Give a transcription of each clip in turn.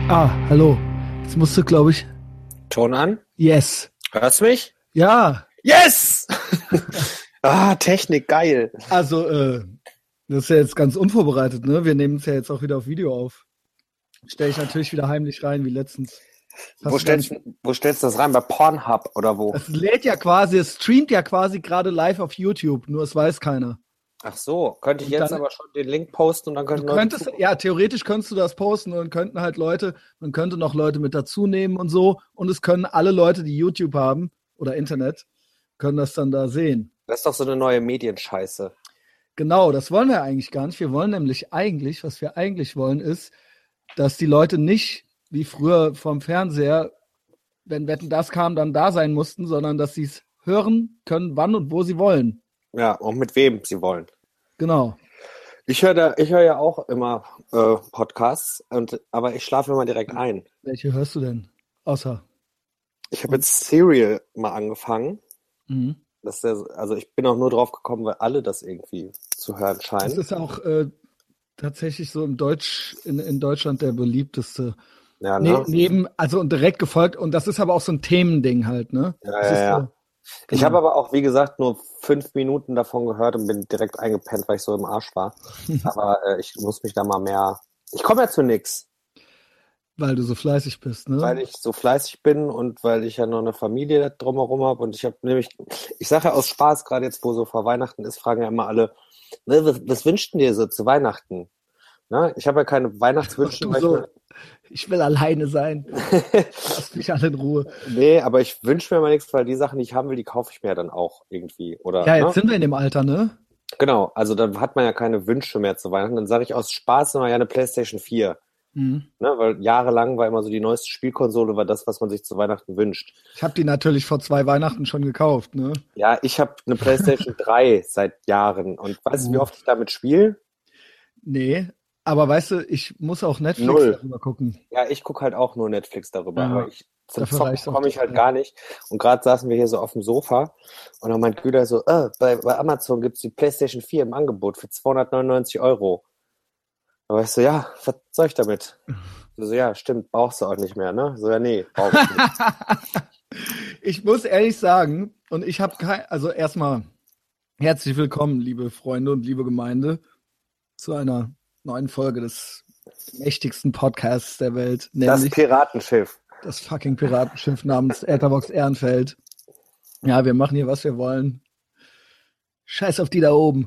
Hallo. Jetzt musst du, glaube ich. Ton an? Yes. Hörst du mich? Ja. Yes! Technik, geil. Also, das ist ja jetzt ganz unvorbereitet, ne? Wir nehmen es ja jetzt auch wieder auf Video auf. Stelle ich natürlich wieder heimlich rein, wie letztens. Wo stellst du das rein? Bei Pornhub oder wo? Es lädt ja quasi, es streamt ja quasi gerade live auf YouTube, nur es weiß keiner. Ach so, könnte ich Und jetzt dann, aber schon den Link posten und dann könnten du könntest, ja, theoretisch könntest du das posten und dann könnten halt Leute, man könnte noch Leute mit dazu nehmen und so. Und es können alle Leute, die YouTube haben oder Internet, können das dann da sehen. Das ist doch so eine neue Medienscheiße. Genau, das wollen wir eigentlich gar nicht. Wir wollen nämlich was wir eigentlich wollen, ist, dass die Leute nicht wie früher vom Fernseher, wenn Wetten, das kam, dann da sein mussten, sondern dass sie es hören können, wann und wo sie wollen. Ja, und mit wem sie wollen. Genau. Ich höre ja auch immer Podcasts, aber ich schlafe immer direkt ein. Welche hörst du denn? Außer. Ich habe jetzt Serial mal angefangen. Mhm. Also ich bin auch nur drauf gekommen, weil alle das irgendwie zu hören scheinen. Das ist auch tatsächlich so in Deutschland der beliebteste. Ja, ne? Und direkt gefolgt. Und das ist aber auch so ein Themending halt, ne? Ja. Ich habe aber auch, wie gesagt, nur 5 Minuten davon gehört und bin direkt eingepennt, weil ich so im Arsch war. Aber ich muss mich da mal mehr... Ich komme ja zu nix. Weil du so fleißig bist, ne? Weil ich so fleißig bin und weil ich ja noch eine Familie drumherum habe. Und ich habe nämlich... Ich sage ja aus Spaß, gerade jetzt, wo so vor Weihnachten ist, fragen ja immer alle, was wünschst du dir so zu Weihnachten? Na, ich habe ja keine Weihnachtswünsche. Ich will alleine sein. Lass mich alle in Ruhe. Nee, aber ich wünsche mir mal nichts, weil die Sachen, die ich haben will, die kaufe ich mir dann auch irgendwie. Oder, ja, jetzt sind wir in dem Alter, ne? Genau, also dann hat man ja keine Wünsche mehr zu Weihnachten. Dann sage ich aus Spaß immer ja eine PlayStation 4. Mhm. Ne, weil jahrelang war immer so die neueste Spielkonsole, war das, was man sich zu Weihnachten wünscht. Ich habe die natürlich vor 2 Weihnachten schon gekauft, ne? Ja, ich habe eine PlayStation 3 seit Jahren. Und weißt du, wie oft ich damit spiele? Nee, aber weißt du, ich muss auch Netflix darüber gucken. Ja, ich gucke halt auch nur Netflix darüber, Ja, aber zum dafür Zocken reicht's auch komme ich halt total. gar nicht. Und gerade saßen wir hier so auf dem Sofa und dann meint Güter so, bei Amazon gibt's die PlayStation 4 im Angebot für 299 €. Da war ich so, ja, was soll ich damit? So, ja, stimmt, brauchst du auch nicht mehr, ne? So, ja, nee, brauch ich nicht. Ich muss ehrlich sagen, und ich habe also erstmal herzlich willkommen, liebe Freunde und liebe Gemeinde, zu einer neuen Folge des mächtigsten Podcasts der Welt, nämlich das Piratenschiff. Das fucking Piratenschiff namens Etherbox Ehrenfeld. Ja, wir machen hier, was wir wollen. Scheiß auf die da oben.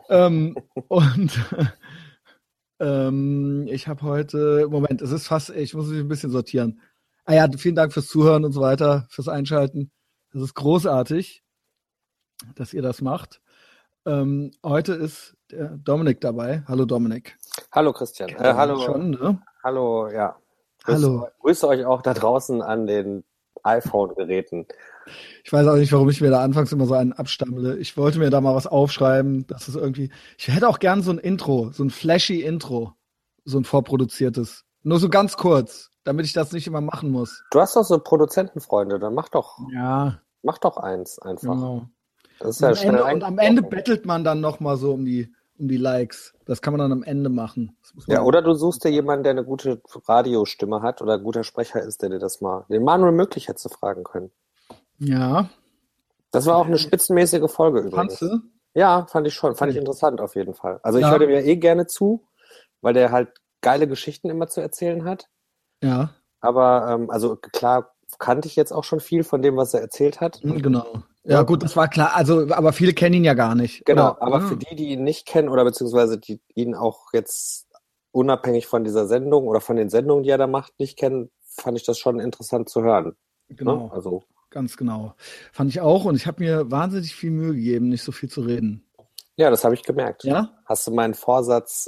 Ich habe heute, Moment, es ist fast, ich muss mich ein bisschen sortieren. Ja, vielen Dank fürs Zuhören und so weiter, fürs Einschalten. Das ist großartig, dass ihr das macht. Heute ist der Dominik dabei. Hallo Dominik. Hallo Christian. Hallo. Schon, ne? Hallo, ja. Hallo. Grüße euch auch da draußen an den iPhone-Geräten. Ich weiß auch nicht, warum ich mir da anfangs immer so einen abstammle. Ich wollte mir da mal was aufschreiben, dass es irgendwie. Ich hätte auch gern so ein Intro, so ein flashy Intro, so ein vorproduziertes. Nur so ganz kurz, damit ich das nicht immer machen muss. Du hast doch so Produzentenfreunde, dann mach doch eins einfach. Genau. Das ist ja schnell Und am Ende bettelt man dann noch mal so um die Likes. Das kann man dann am Ende machen. Ja, oder du suchst dir jemanden, der eine gute Radiostimme hat oder ein guter Sprecher ist, der dir das mal, den Manuel möglich hätte fragen können. Ja. Das war auch eine spitzenmäßige Folge übrigens. Fandst du? Ja, fand ich schon. Fand ich interessant auf jeden Fall. Also ich höre dem ja gerne zu, weil der halt geile Geschichten immer zu erzählen hat. Ja. Aber, also klar kannte ich jetzt auch schon viel von dem, was er erzählt hat. Genau. Ja, gut, das war klar. Also, aber viele kennen ihn ja gar nicht. Genau, oder? aber für die ihn nicht kennen oder beziehungsweise die ihn auch jetzt unabhängig von dieser Sendung oder von den Sendungen, die er da macht, nicht kennen, fand ich das schon interessant zu hören. Genau. Ne? Also. Ganz genau. Fand ich auch. Und ich habe mir wahnsinnig viel Mühe gegeben, nicht so viel zu reden. Ja, das habe ich gemerkt. Ja? Hast du meinen Vorsatz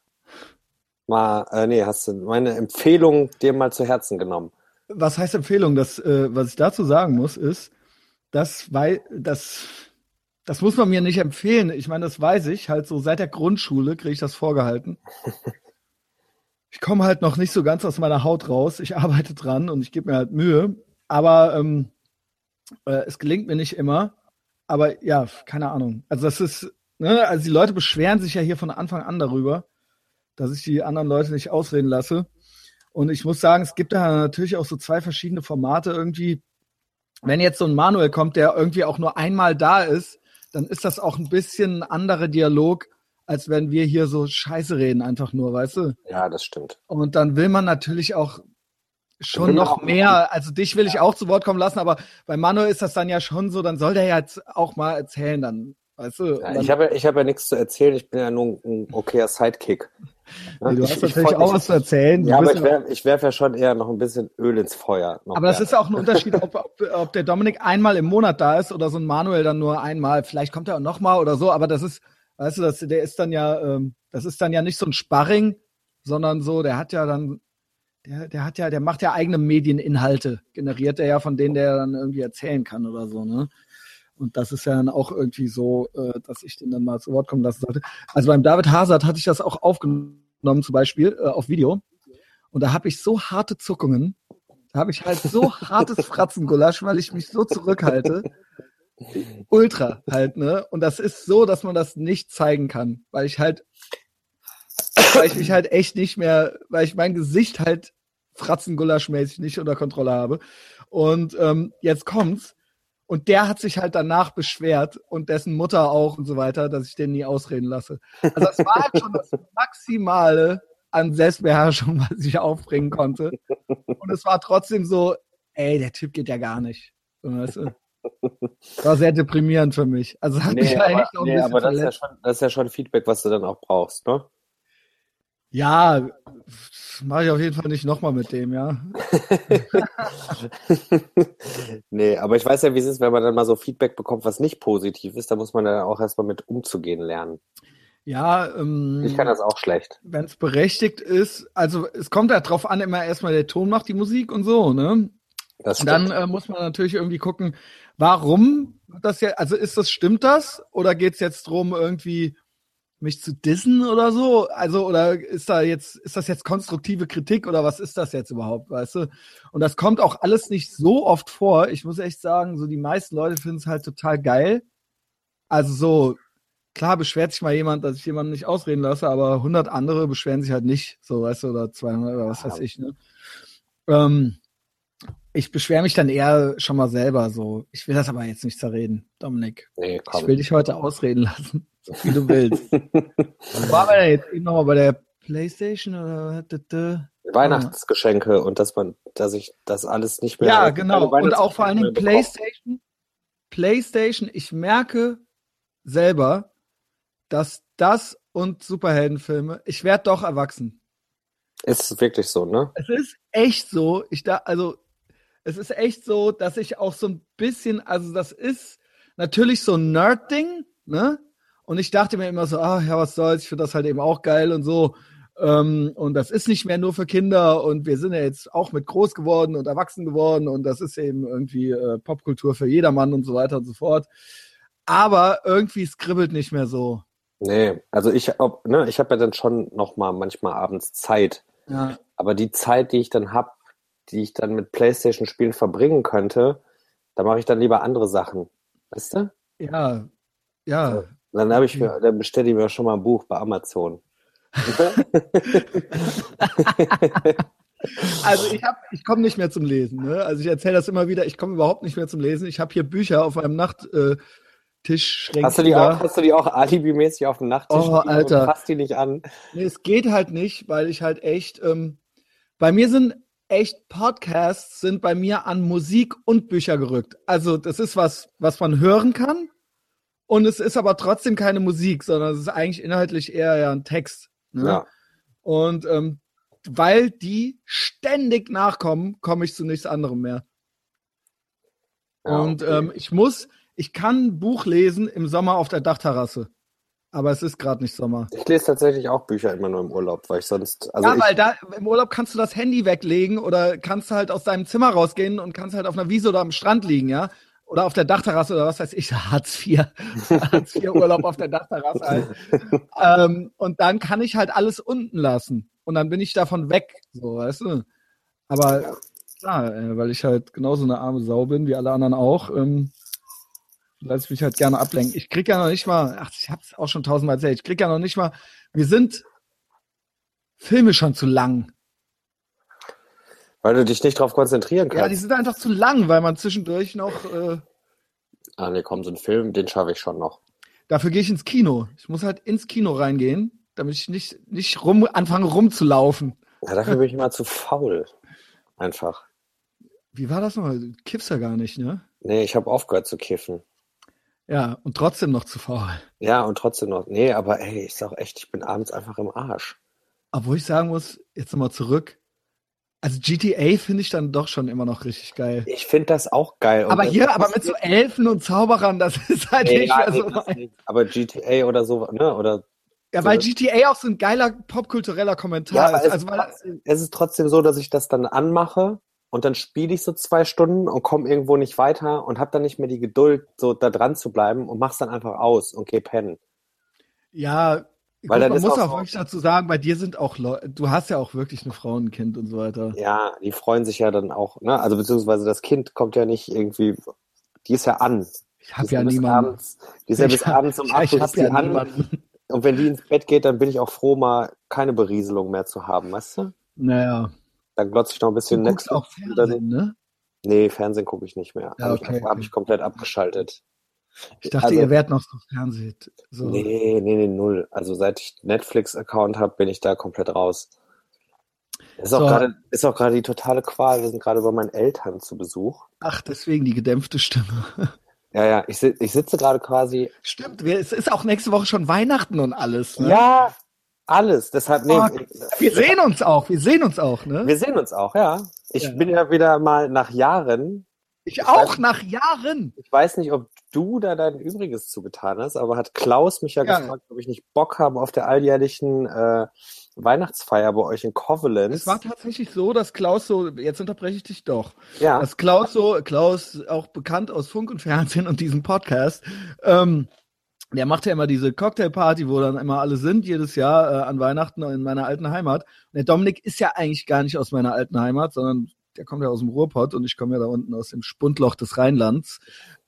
hast du meine Empfehlung dir mal zu Herzen genommen? Was heißt Empfehlung? Was ich dazu sagen muss, ist, das muss man mir nicht empfehlen. Ich meine, das weiß ich. Halt so seit der Grundschule kriege ich das vorgehalten. Ich komme halt noch nicht so ganz aus meiner Haut raus. Ich arbeite dran und ich gebe mir halt Mühe. Aber es gelingt mir nicht immer. Aber ja, keine Ahnung. Also das ist, ne, also die Leute beschweren sich ja hier von Anfang an darüber, dass ich die anderen Leute nicht ausreden lasse. Und ich muss sagen, es gibt da natürlich auch so zwei verschiedene Formate irgendwie. Wenn jetzt so ein Manuel kommt, der irgendwie auch nur einmal da ist, dann ist das auch ein bisschen ein anderer Dialog, als wenn wir hier so Scheiße reden, einfach nur, weißt du? Ja, das stimmt. Und dann will man natürlich auch schon will man noch auch mehr, also dich will ich auch zu Wort kommen lassen, aber bei Manuel ist das dann ja schon so, dann soll der ja jetzt auch mal erzählen, dann, weißt du? Ja, Dann, ich hab ja nichts zu erzählen, ich bin ja nur ein okayer Sidekick. nee, du hast natürlich auch was zu erzählen. Ja, aber ich werfe ja schon eher noch ein bisschen Öl ins Feuer. Aber das ist ja auch ein Unterschied, ob der Dominik einmal im Monat da ist oder so ein Manuel dann nur einmal. Vielleicht kommt er auch nochmal oder so, aber das ist, weißt du, der ist dann ja, das ist dann ja nicht so ein Sparring, sondern so, der macht ja eigene Medieninhalte, generiert er ja, von denen der dann irgendwie erzählen kann oder so, ne? Und das ist ja dann auch irgendwie so, dass ich den dann mal zu Wort kommen lassen sollte. Also beim David Hazard hatte ich das auch aufgenommen, zum Beispiel, auf Video. Und da habe ich so harte Zuckungen. Da habe ich halt so hartes Fratzengulasch, weil ich mich so zurückhalte. Ultra halt, ne? Und das ist so, dass man das nicht zeigen kann, weil ich mich halt echt nicht mehr, weil ich mein Gesicht halt Fratzengulasch-mäßig nicht unter Kontrolle habe. Und jetzt kommt's. Und der hat sich halt danach beschwert und dessen Mutter auch und so weiter, dass ich den nie ausreden lasse. Also das war halt schon das Maximale an Selbstbeherrschung, was ich aufbringen konnte. Und es war trotzdem so, ey, der Typ geht ja gar nicht. Weißt du? War sehr deprimierend für mich. Also hat mich eigentlich noch ein bisschen aber verletzt. das ist ja schon Feedback, was du dann auch brauchst, ne? Ja, mache ich auf jeden Fall nicht nochmal mit dem, ja. Nee, aber ich weiß ja, wie es ist, wenn man dann mal so Feedback bekommt, was nicht positiv ist, da muss man dann auch erstmal mit umzugehen lernen. Ja, Ich kann das auch schlecht. wenn es berechtigt ist, also es kommt ja drauf an, immer erstmal der Ton macht die Musik und so, ne? Das Dann stimmt. muss man natürlich irgendwie gucken, warum das ja, also stimmt das? Oder geht's jetzt drum, irgendwie mich zu dissen oder so? Also, oder ist das jetzt konstruktive Kritik oder was ist das jetzt überhaupt, weißt du? Und das kommt auch alles nicht so oft vor. Ich muss echt sagen, so die meisten Leute finden es halt total geil. Also so, klar beschwert sich mal jemand, dass ich jemanden nicht ausreden lasse, aber 100 andere beschweren sich halt nicht, so, weißt du, oder 200 oder was weiß ich, ne? Ich beschwere mich dann eher schon mal selber so. Ich will das aber jetzt nicht zerreden, Dominik. Nee, Ich will dich heute ausreden lassen, so wie du willst. Waren wir denn jetzt eben nochmal bei der PlayStation oder? Weihnachtsgeschenke und dass ich das alles nicht mehr. Ja, genau. Und auch vor allen Dingen PlayStation, ich merke selber, dass das und Superheldenfilme, ich werde doch erwachsen. Ist wirklich so, ne? Es ist echt so, es ist echt so, dass ich auch so ein bisschen, also das ist natürlich so ein Nerd-Ding, ne? Und ich dachte mir immer so, ja, was soll's, ich finde das halt eben auch geil und so. Und das ist nicht mehr nur für Kinder und wir sind ja jetzt auch mit groß geworden und erwachsen geworden und das ist eben irgendwie Popkultur für jedermann und so weiter und so fort. Aber irgendwie es kribbelt nicht mehr so. Nee, also ich habe ja dann schon noch mal manchmal abends Zeit. Ja. Aber die Zeit, die ich dann habe, die ich dann mit PlayStation-Spielen verbringen könnte, da mache ich dann lieber andere Sachen. Weißt du? Ja, ja. Dann dann bestelle ich mir schon mal ein Buch bei Amazon. Also ich komme nicht mehr zum Lesen. Ne? Also ich erzähle das immer wieder, ich komme überhaupt nicht mehr zum Lesen. Ich habe hier Bücher auf meinem Nachttischschränkchen. Hast du die auch alibimäßig auf dem Nachttisch? Oh, Alter. Fass die nicht an. Nee, es geht halt nicht, weil ich halt echt, bei mir sind echt Podcasts sind bei mir an Musik und Bücher gerückt. Also das ist was man hören kann und es ist aber trotzdem keine Musik, sondern es ist eigentlich inhaltlich eher ja ein Text. Ne? Ja. Und weil die ständig nachkommen, komme ich zu nichts anderem mehr. Ja, und okay. ich kann ein Buch lesen im Sommer auf der Dachterrasse. Aber es ist gerade nicht Sommer. Ich lese tatsächlich auch Bücher immer nur im Urlaub, weil ich sonst. Weil da im Urlaub kannst du das Handy weglegen oder kannst halt aus deinem Zimmer rausgehen und kannst halt auf einer Wiese oder am Strand liegen, ja? Oder auf der Dachterrasse oder was weiß ich, Hartz IV Urlaub auf der Dachterrasse halt. Und dann kann ich halt alles unten lassen. Und dann bin ich davon weg, so, weißt du? Aber klar, weil ich halt genauso eine arme Sau bin, wie alle anderen auch, lasse ich mich halt gerne ablenken. Ich krieg ja noch nicht mal, ich hab's auch schon tausendmal erzählt, ich krieg ja noch nicht mal, wir sind Filme schon zu lang. Weil du dich nicht drauf konzentrieren Ja, die kannst. sind einfach zu lang, weil man zwischendurch noch. Ah, nee, komm, so ein Film, den schaffe ich schon noch. Dafür gehe ich ins Kino. Ich muss halt ins Kino reingehen, damit ich nicht anfange rumzulaufen. Ja, dafür bin ich immer zu faul. Einfach. Wie war das nochmal? Du kiffst ja gar nicht, ne? Nee, ich habe aufgehört zu kiffen. Ja, und trotzdem noch zu faul. Ja, und trotzdem noch. Nee, aber ey, ich sag echt, ich bin abends einfach im Arsch. Obwohl ich sagen muss, jetzt nochmal zurück. Also GTA finde ich dann doch schon immer noch richtig geil. Ich finde das auch geil. Und Aber das hier, aber mit so Elfen und Zauberern, das ist halt nicht mehr so. das nicht. Aber GTA oder so, ne? Oder Ja, so weil das- GTA auch so ein geiler popkultureller Kommentar Ja, aber ist. Also, es ist trotzdem so, dass ich das dann anmache und dann spiele ich so 2 Stunden und komme irgendwo nicht weiter und habe dann nicht mehr die Geduld, so da dran zu bleiben und mach's dann einfach aus und geh pennen. ja, Weil gut, dann man ist muss auch auch so- wirklich dazu sagen, bei dir sind auch Leute, du hast ja auch wirklich eine Frau, ein Kind und so weiter. Ja, die freuen sich ja dann auch, ne? Also beziehungsweise das Kind kommt ja nicht irgendwie, die ist ja an. Ich Die habe ist ja bis niemanden. abends, die ist ja bis abends um 8 Ich Uhr habe ist die ja an. niemanden. Und wenn die ins Bett geht, dann bin ich auch froh, mal keine Berieselung mehr zu haben, weißt du? Naja, Dann glotze ich noch ein du bisschen guckst auch und dann, Fernsehen, ne? nee, Fernsehen gucke ich nicht mehr. Ja, Habe okay, hab ich komplett abgeschaltet. Ich dachte, Also, ihr wärt noch so Fernsehen. So. nee, null. Also seit ich Netflix-Account habe, bin ich da komplett raus. Ist auch So. gerade, ist auch gerade die totale Qual. Wir sind gerade bei meinen Eltern zu Besuch. Ach, deswegen die gedämpfte Stimme. Ja, ich sitze gerade quasi. Stimmt, es ist auch nächste Woche schon Weihnachten und alles, ne? Ja, alles. Deshalb, nee, Wir sehen uns auch, ne? wir sehen uns auch, ja. Ich Ja. bin ja wieder mal nach Jahren. Ich auch, nach Jahren. Ich weiß nicht, ob du da dein Übriges zugetan hast, aber hat Klaus mich ja gefragt, ob ich nicht Bock habe auf der alljährlichen Weihnachtsfeier bei euch in Koblenz. Es war tatsächlich so, dass Klaus so, jetzt unterbreche ich dich doch, Ja. dass Klaus auch bekannt aus Funk und Fernsehen und diesem Podcast, der macht ja immer diese Cocktailparty, wo dann immer alle sind, jedes Jahr an Weihnachten in meiner alten Heimat. Und der Dominik ist ja eigentlich gar nicht aus meiner alten Heimat, sondern der kommt ja aus dem Ruhrpott und ich komme ja da unten aus dem Spundloch des Rheinlands.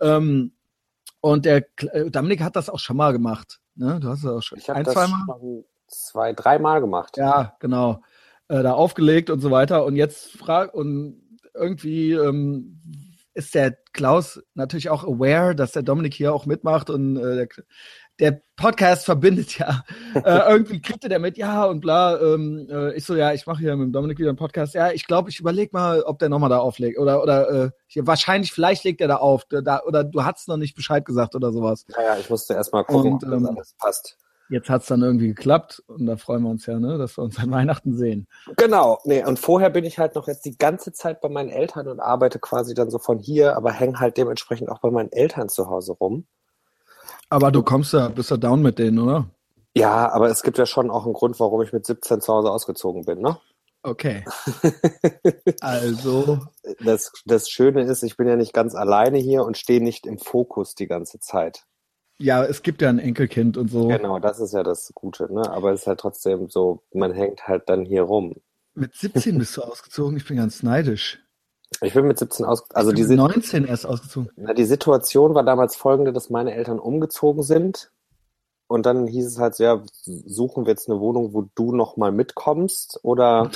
Und der Dominik hat das auch schon mal gemacht. Ne? Du hast das auch schon Ich habe ein, das zweimal. schon 2, 3 Mal gemacht. Ja, genau. Da aufgelegt und so weiter. Und jetzt irgendwie ist der Klaus natürlich auch aware, dass der Dominik hier auch mitmacht und der Podcast verbindet ja. Irgendwie kriegte der mit, ja und bla. Ich so, ja, ich mache hier mit dem Dominik wieder einen Podcast. Ja, ich glaube, ich überlege mal, ob der nochmal da auflegt. Oder wahrscheinlich, vielleicht legt er da auf. Oder du hast noch nicht Bescheid gesagt oder sowas. Ja, ich musste erst mal gucken, Und, ob das alles passt. Jetzt hat's dann irgendwie geklappt und da freuen wir uns ja, ne, dass wir uns an Weihnachten sehen. Genau, nee, und vorher bin ich halt noch jetzt die ganze Zeit bei meinen Eltern und arbeite quasi dann so von hier, aber hänge halt dementsprechend auch bei meinen Eltern zu Hause rum. Aber du bist ja down mit denen, oder? Ja, aber es gibt ja schon auch einen Grund, warum ich mit 17 zu Hause ausgezogen bin, ne? Okay. Also. Das Schöne ist, ich bin ja nicht ganz alleine hier und stehe nicht im Fokus die ganze Zeit. Ja, es gibt ja ein Enkelkind und so. Genau, das ist ja das Gute, ne? Aber es ist halt trotzdem so, man hängt halt dann hier rum. Mit 17 bist du ausgezogen, ich bin ganz neidisch. Ich bin mit 17 Also mit 19 erst ausgezogen. Die Situation war damals folgende, dass meine Eltern umgezogen sind und dann hieß es halt so, ja, suchen wir jetzt eine Wohnung, wo du noch mal mitkommst oder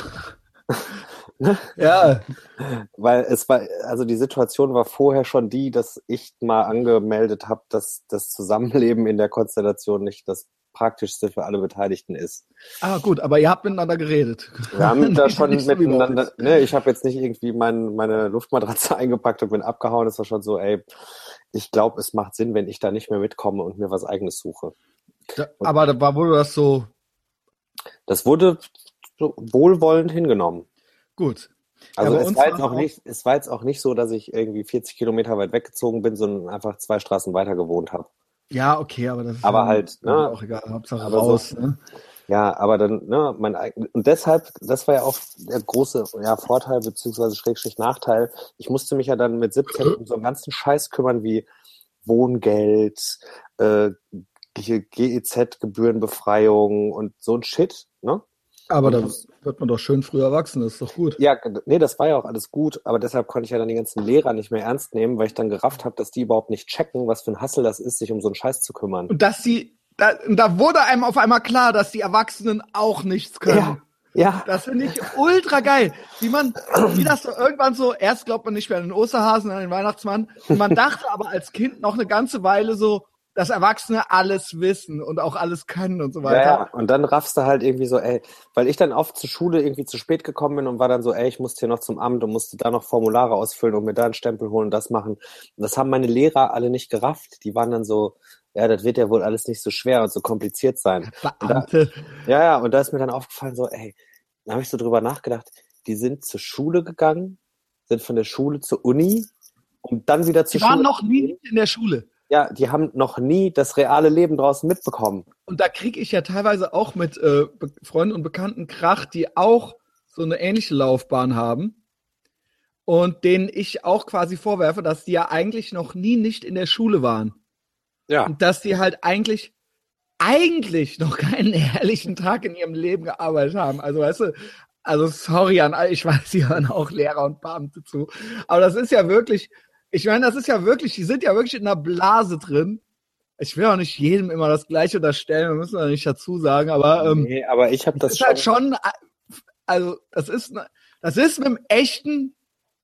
Ja. weil es war, also die Situation war vorher schon die, dass ich mal angemeldet habe, dass das Zusammenleben in der Konstellation nicht das Praktischste für alle Beteiligten ist. Ah, gut, aber ihr habt miteinander geredet. Wir haben da schon Nicht so wie bei miteinander, uns. ne, ich habe jetzt nicht irgendwie meine Luftmatratze eingepackt und bin abgehauen. Es war schon so, ey, ich glaube, es macht Sinn, wenn ich da nicht mehr mitkomme und mir was Eigenes suche. Aber da wurde das so Das wurde so wohlwollend hingenommen. gut. Also Ja, bei es uns war war es war jetzt auch nicht so, dass ich irgendwie 40 Kilometer weit weggezogen bin, sondern einfach 2 Straßen weiter gewohnt habe. Ja, okay, aber das ist Aber ja halt, ne? auch egal. Hauptsache Aber raus. so- Ne? Ja, aber dann, ne, und deshalb, das war ja auch der große, ja, Vorteil beziehungsweise Schrägstrich Nachteil. Ich musste mich ja dann mit 17 um so einen ganzen Scheiß kümmern wie Wohngeld, GEZ-Gebührenbefreiung und so ein Shit, ne? Aber Und da wird man doch schön früh erwachsen, das ist doch gut. Ja, nee, das war ja auch alles gut, aber deshalb konnte ich ja dann die ganzen Lehrer nicht mehr ernst nehmen, weil ich dann gerafft habe, dass die überhaupt nicht checken, was für ein Hassel das ist, sich um so einen Scheiß zu kümmern. Und da wurde einem auf einmal klar, dass die Erwachsenen auch nichts können. Ja. Das finde ich ultra geil. Wie das so irgendwann so, erst glaubt man nicht mehr an den Osterhasen, an den Weihnachtsmann. Und man dachte aber als Kind noch eine ganze Weile so, dass Erwachsene alles wissen und auch alles können und so weiter. Ja, und dann raffst du halt irgendwie so, weil ich dann oft zur Schule irgendwie zu spät gekommen bin und war dann so, ich musste hier noch zum Amt und musste da noch Formulare ausfüllen und mir da einen Stempel holen und das machen. Und das haben meine Lehrer alle nicht gerafft. Die waren dann so, ja, das wird ja wohl alles nicht so schwer und so kompliziert sein. Beamte. Und da ist mir dann aufgefallen so, da habe ich so drüber nachgedacht, die sind zur Schule gegangen, sind von der Schule zur Uni und dann wieder zur Schule. Die waren Schule. noch nie in der Schule. Ja, die haben noch nie das reale Leben draußen mitbekommen. Und da kriege ich ja teilweise auch mit Freunden und Bekannten Krach, die auch so eine ähnliche Laufbahn haben und denen ich auch quasi vorwerfe, dass die ja eigentlich noch nie nicht in der Schule waren. Ja. Und dass die halt eigentlich noch keinen ehrlichen Tag in ihrem Leben gearbeitet haben. Also weißt du, sorry an alle, ich weiß, sie hören auch Lehrer und Beamte zu, aber das ist ja wirklich, ich meine, die sind ja wirklich in einer Blase drin. Ich will auch nicht jedem immer das Gleiche unterstellen, wir müssen da nicht dazu sagen, aber nee, aber ich habe das ist halt schon, also das ist mit dem echten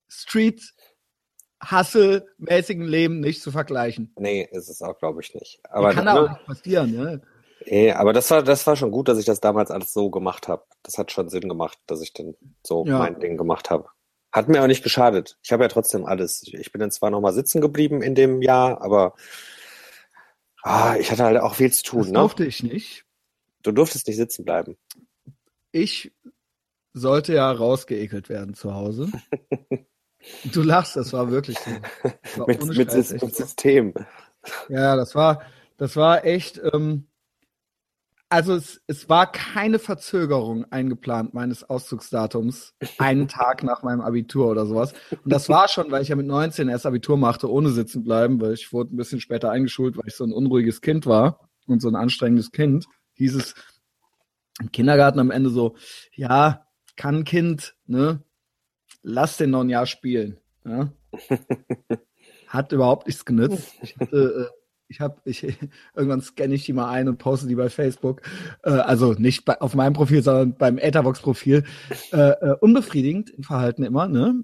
Street-Hustle-mäßigen Leben nicht zu vergleichen. Nee, ist es auch, glaube ich, nicht. Aber kann auch nicht passieren, ne? Nee, aber das war schon gut, dass ich das damals alles so gemacht habe. Das hat schon Sinn gemacht, dass ich dann so mein Ding gemacht habe. Hat mir auch nicht geschadet. Ich habe ja trotzdem alles. Ich bin dann zwar nochmal sitzen geblieben in dem Jahr, aber ich hatte halt auch viel zu tun. Das durfte ich nicht. Du durftest nicht sitzen bleiben. Ich sollte ja rausgeekelt werden zu Hause. Du lachst, das war wirklich so. Das war mit System. Ja, das war echt, also es war keine Verzögerung eingeplant meines Auszugsdatums, einen Tag nach meinem Abitur oder sowas. Und das war schon, weil ich ja mit 19 erst Abitur machte, ohne sitzen bleiben, weil ich wurde ein bisschen später eingeschult, weil ich so ein unruhiges Kind war und so ein anstrengendes Kind. Hieß es im Kindergarten am Ende so, ja, kann ein Kind, ne, lass den noch ein Jahr spielen. Ja? Hat überhaupt nichts genützt. Irgendwann scanne ich die mal ein und poste die bei Facebook. Also nicht auf meinem Profil, sondern beim Etherbox-Profil. Unbefriedigend im Verhalten immer, ne?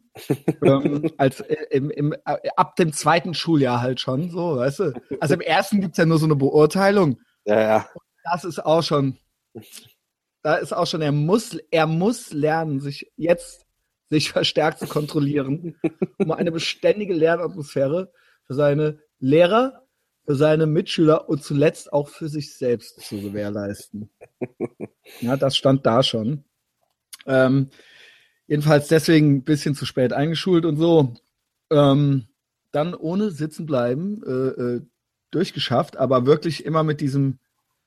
Ab dem 2. Schuljahr halt schon, so, weißt du? Also im ersten gibt's ja nur so eine Beurteilung. Ja. Und da ist auch schon, er muss lernen, sich verstärkt zu kontrollieren, um eine beständige Lernatmosphäre für seine Lehrer, für seine Mitschüler und zuletzt auch für sich selbst zu gewährleisten. Ja, das stand da schon. Jedenfalls deswegen ein bisschen zu spät eingeschult und so. Dann ohne sitzen bleiben durchgeschafft, aber wirklich immer mit diesem.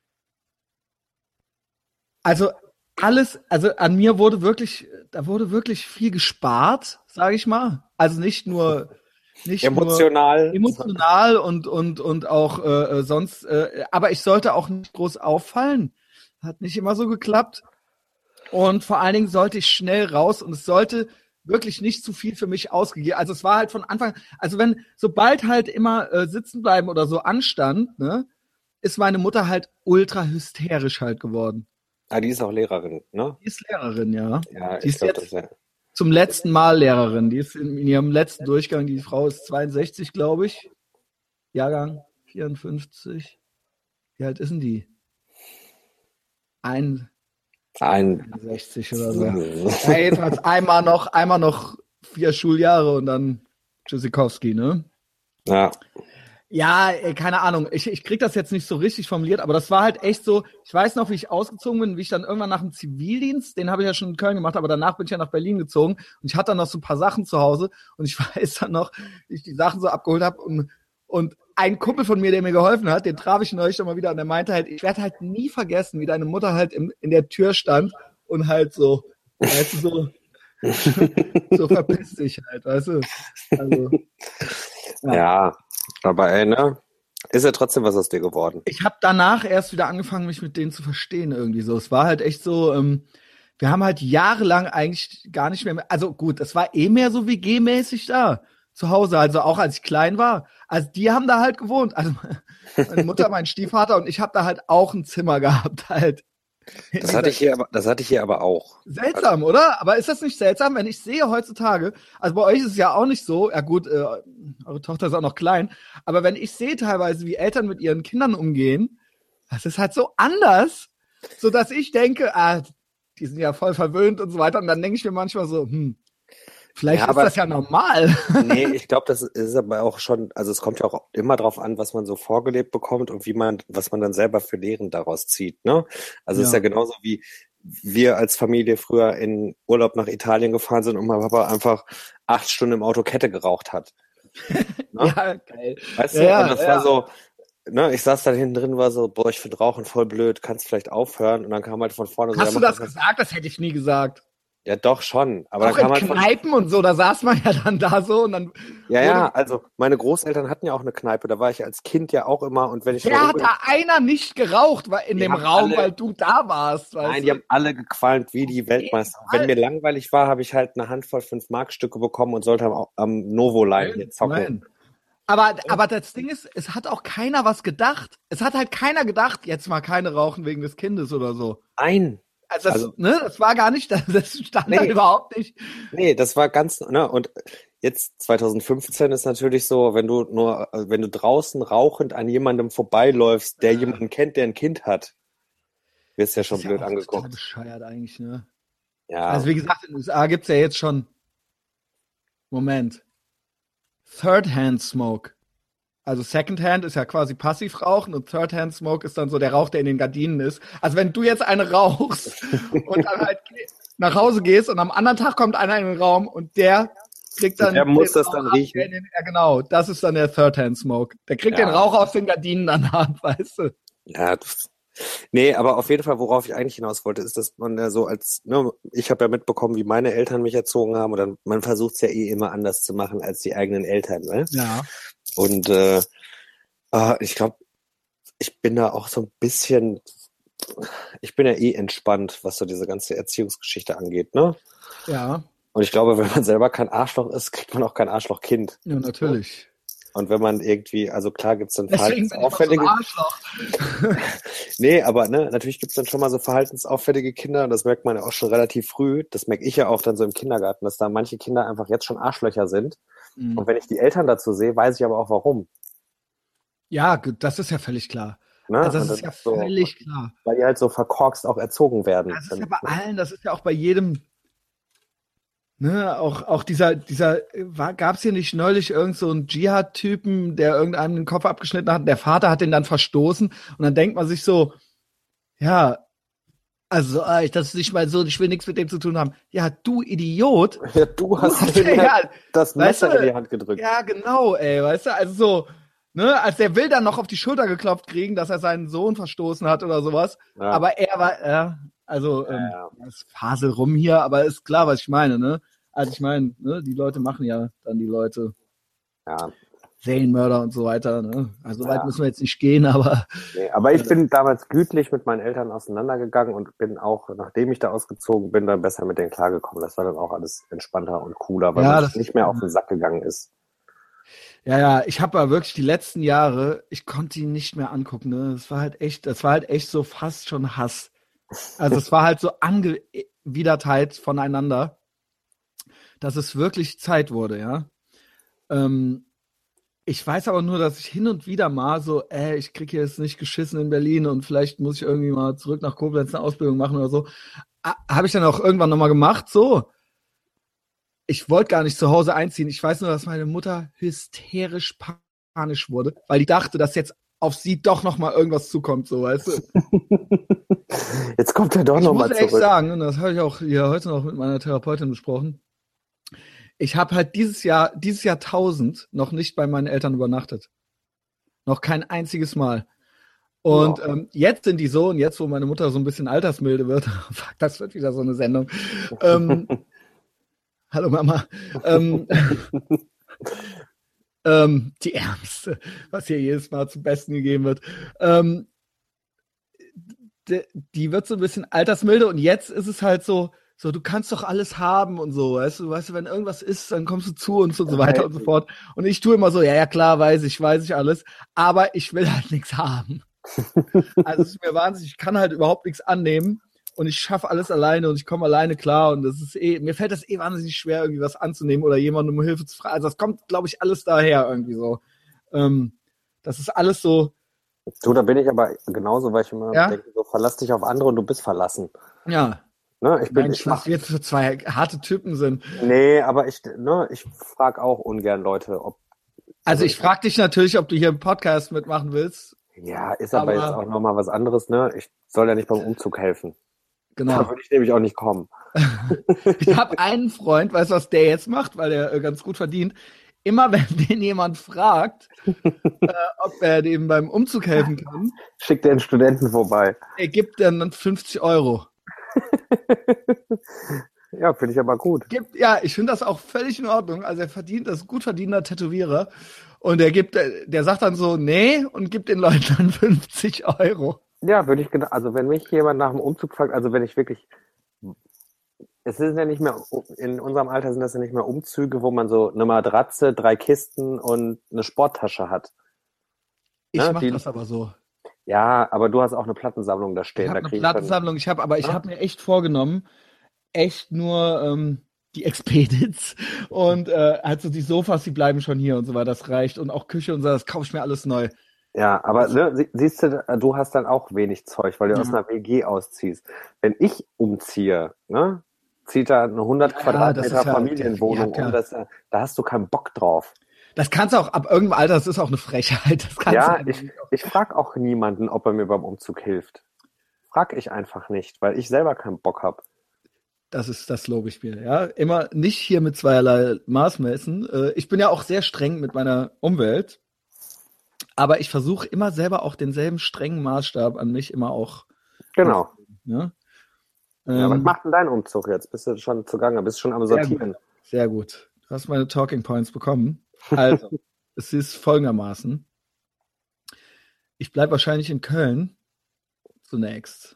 Also an mir wurde wirklich viel gespart, sage ich mal. Also nicht nur emotional und auch sonst, aber ich sollte auch nicht groß auffallen. Hat nicht immer so geklappt. Und vor allen Dingen sollte ich schnell raus und es sollte wirklich nicht zu viel für mich ausgegeben. Also es war halt von Anfang, also sobald halt immer sitzen bleiben oder so anstand, ne, ist meine Mutter halt ultra hysterisch halt geworden. Die ist auch Lehrerin, ne? Die ist Lehrerin, ja. Ja, die ist jetzt zum letzten Mal Lehrerin. Die ist in ihrem letzten Durchgang. Die Frau ist 62, glaube ich. Jahrgang 54. Wie alt ist denn die? 61 oder so. Ja, jedenfalls einmal noch 4 Schuljahre und dann Tschüssikowski, ne? Ja. Ja, keine Ahnung. Ich krieg das jetzt nicht so richtig formuliert, aber das war halt echt so, ich weiß noch, wie ich ausgezogen bin, wie ich dann irgendwann nach dem Zivildienst, den habe ich ja schon in Köln gemacht, aber danach bin ich ja nach Berlin gezogen und ich hatte dann noch so ein paar Sachen zu Hause und ich weiß dann noch, wie ich die Sachen so abgeholt habe und ein Kumpel von mir, der mir geholfen hat, den traf ich neulich nochmal wieder und der meinte halt, ich werde halt nie vergessen, wie deine Mutter halt in der Tür stand und halt so, weißt du, so verpiss dich halt, weißt du. Also, ja, aber ne, ist ja trotzdem was aus dir geworden. Ich habe danach erst wieder angefangen, mich mit denen zu verstehen irgendwie so. Es war halt echt so, wir haben halt jahrelang eigentlich gar nicht mehr, also gut, es war mehr so WG-mäßig da zu Hause, also auch als ich klein war. Also die haben da halt gewohnt, also meine Mutter, mein Stiefvater und ich habe da halt auch ein Zimmer gehabt halt. Das hatte ich hier aber auch. Seltsam, oder? Aber ist das nicht seltsam, wenn ich sehe heutzutage, also bei euch ist es ja auch nicht so, ja gut, eure Tochter ist auch noch klein, aber wenn ich sehe teilweise, wie Eltern mit ihren Kindern umgehen, das ist halt so anders, so dass ich denke, die sind ja voll verwöhnt und so weiter, und dann denke ich mir manchmal so, vielleicht ist das ja normal. Nee, ich glaube, das ist aber auch schon, also es kommt ja auch immer drauf an, was man so vorgelebt bekommt und was man dann selber für Lehren daraus zieht, ne? Also es ist ja genauso wie wir als Familie früher in Urlaub nach Italien gefahren sind und mein Papa einfach 8 Stunden im Auto Kette geraucht hat. Ne? Ja, geil. Weißt du, und das war so, ne, ich saß da hinten drin, war so, boah, ich finde Rauchen voll blöd, kannst vielleicht aufhören? Und dann kam halt von vorne so, Hast du das gesagt? Das hätte ich nie gesagt. Ja, doch schon. Aber auch dann in Kneipen und so, da saß man ja dann da so und dann. Ja, also meine Großeltern hatten ja auch eine Kneipe, da war ich als Kind ja auch immer und wenn ich. Ja, hat da einer nicht geraucht in dem Raum, weil du da warst. Nein, die haben alle gequalmt wie die Weltmeister. Wenn mir langweilig war, habe ich halt eine Handvoll 5-Mark-Stücke bekommen und sollte am Novo-Line hier zocken. Aber das Ding ist, es hat auch keiner was gedacht. Es hat halt keiner gedacht, jetzt mal keine rauchen wegen des Kindes oder so. Nein. Also, das war gar nicht, das stand da überhaupt nicht. Nee, das war ganz, ne, und jetzt 2015 ist natürlich so, wenn du draußen rauchend an jemandem vorbeiläufst, der jemanden kennt, der ein Kind hat, wirst ja schon blöd angeguckt. Total bescheuert eigentlich, ne? Ja. Also wie gesagt, in den USA gibt's ja jetzt schon, Third-Hand Smoke. Also Second-Hand ist ja quasi Passivrauchen und Third-Hand Smoke ist dann so der Rauch, der in den Gardinen ist. Also wenn du jetzt eine rauchst und dann halt nach Hause gehst und am anderen Tag kommt einer in den Raum und der kriegt dann... Der muss das dann riechen. Ja, genau. Das ist dann der Third-Hand Smoke. Der kriegt den Rauch aus den Gardinen dann ab, weißt du? Ja, nee, aber auf jeden Fall, worauf ich eigentlich hinaus wollte, ist, dass man ja so ich habe ja mitbekommen, wie meine Eltern mich erzogen haben und dann, man versucht es ja immer anders zu machen als die eigenen Eltern, ne? Ja. Und ich glaube, ich bin da auch so ein bisschen, ich bin ja entspannt, was so diese ganze Erziehungsgeschichte angeht, ne? Ja. Und ich glaube, wenn man selber kein Arschloch ist, kriegt man auch kein Arschlochkind. Ja, natürlich. Und wenn man irgendwie, also klar gibt's dann verhaltensauffällige... Nee, aber ne, natürlich gibt's dann schon mal so verhaltensauffällige Kinder und das merkt man ja auch schon relativ früh. Das merke ich ja auch dann so im Kindergarten, dass da manche Kinder einfach jetzt schon Arschlöcher sind. Und wenn ich die Eltern dazu sehe, weiß ich aber auch warum. Ja, das ist ja völlig klar. Ne? Also das ist ja völlig klar. Weil die halt so verkorkst auch erzogen werden. Das ist ja bei allen, das ist ja auch bei jedem, ne, auch gab's hier nicht neulich irgend so einen Dschihad-Typen, der irgendeinem den Kopf abgeschnitten hat, der Vater hat den dann verstoßen und dann denkt man sich so, ja, also, das ist nicht mein Sohn, ich will nichts mit dem zu tun haben. Ja, du Idiot. Ja, du hast das Messer in die Hand gedrückt. Ja, genau, ey, weißt du, also so, ne, als der will dann noch auf die Schulter geklopft kriegen, dass er seinen Sohn verstoßen hat oder sowas. Ja. Aber er war, das Fasel rum hier, aber ist klar, was ich meine, ne? Also ich meine, ne, die Leute machen ja dann die Leute. Ja. Serienmörder und so weiter, ne? Also weit müssen wir jetzt nicht gehen, aber... Nee, aber ich bin damals gütlich mit meinen Eltern auseinandergegangen und bin auch, nachdem ich da ausgezogen bin, dann besser mit denen klargekommen. Das war dann auch alles entspannter und cooler, weil man nicht mehr auf den Sack gegangen ist. Ja, ich habe aber wirklich die letzten Jahre, ich konnte ihn nicht mehr angucken, ne? Das war halt echt so fast schon Hass. Also es war halt so Angewidert voneinander, dass es wirklich Zeit wurde, ja. Ich weiß aber nur, dass ich hin und wieder mal so, ich kriege jetzt nicht geschissen in Berlin und vielleicht muss ich irgendwie mal zurück nach Koblenz eine Ausbildung machen oder so. Habe ich dann auch irgendwann nochmal gemacht, so. Ich wollte gar nicht zu Hause einziehen. Ich weiß nur, dass meine Mutter hysterisch panisch wurde, weil die dachte, dass jetzt auf sie doch nochmal irgendwas zukommt, so, weißt du. Jetzt kommt er doch nochmal zurück. Ich muss echt sagen, und das habe ich auch hier heute noch mit meiner Therapeutin besprochen, ich habe halt dieses Jahrtausend noch nicht bei meinen Eltern übernachtet. Noch kein einziges Mal. Und jetzt sind die so, und jetzt, wo meine Mutter so ein bisschen altersmilde wird, fuck, das wird wieder so eine Sendung. Hallo Mama. Die Ärmste, was hier jedes Mal zum Besten gegeben wird. Die wird so ein bisschen altersmilde und jetzt ist es halt so, du kannst doch alles haben und so, weißt du, wenn irgendwas ist, dann kommst du zu uns und so weiter und so fort. Und ich tue immer so, ja klar, weiß ich alles, aber ich will halt nichts haben. Also es ist mir wahnsinnig, ich kann halt überhaupt nichts annehmen und ich schaffe alles alleine und ich komme alleine klar und das ist mir fällt das wahnsinnig schwer, irgendwie was anzunehmen oder jemanden um Hilfe zu fragen. Also das kommt, glaube ich, alles daher irgendwie so. Das ist alles so. Du, da bin ich aber genauso, weil ich immer denke, so verlass dich auf andere und du bist verlassen. Ja. Ne, was wir für zwei harte Typen sind. Nee, aber ich frage auch ungern Leute, ob. Also ich frage dich natürlich, ob du hier im Podcast mitmachen willst. Ja, ist aber jetzt auch nochmal was anderes, ne? Ich soll ja nicht beim Umzug helfen. Genau. Da würde ich nämlich auch nicht kommen. Ich habe einen Freund, weißt du, was der jetzt macht, weil der ganz gut verdient. Immer wenn den jemand fragt, ob er dem beim Umzug helfen kann, schickt er einen Studenten vorbei. Er gibt dann 50 €. Ja, finde ich aber gut. Ich finde das auch völlig in Ordnung. Also er verdient, das ist gut verdienter Tätowierer. Und der sagt dann so, nee, und gibt den Leuten dann 50 €. Ja, würde ich also wenn mich jemand nach dem Umzug fragt, also wenn ich wirklich, es ist ja nicht mehr, in unserem Alter sind das ja nicht mehr Umzüge, wo man so eine Matratze, 3 Kisten und eine Sporttasche hat. Ich mache das aber so. Ja, aber du hast auch eine Plattensammlung da stehen. Ich habe eine Plattensammlung, ich habe mir echt vorgenommen, echt nur die Expedits und halt so die Sofas, die bleiben schon hier und so weiter, das reicht. Und auch Küche und so, das kaufe ich mir alles neu. Ja, aber siehst du hast dann auch wenig Zeug, weil du aus einer WG ausziehst. Wenn ich umziehe, ne, zieht da eine 100 Quadratmeter Familienwohnung um, da hast du keinen Bock drauf. Das kannst du auch ab irgendeinem Alter, das ist auch eine Frechheit. Ich frage auch niemanden, ob er mir beim Umzug hilft. Frag ich einfach nicht, weil ich selber keinen Bock habe. Das lobe ich mir, ja. Immer nicht hier mit zweierlei Maß messen. Ich bin ja auch sehr streng mit meiner Umwelt, aber ich versuche immer selber auch denselben strengen Maßstab an mich immer auch. Genau. Ja? Was macht denn dein Umzug jetzt? Bist du schon zugange? Bist du schon am Sortieren? Sehr gut. Du hast meine Talking Points bekommen. Also, es ist folgendermaßen. Ich bleibe wahrscheinlich in Köln zunächst.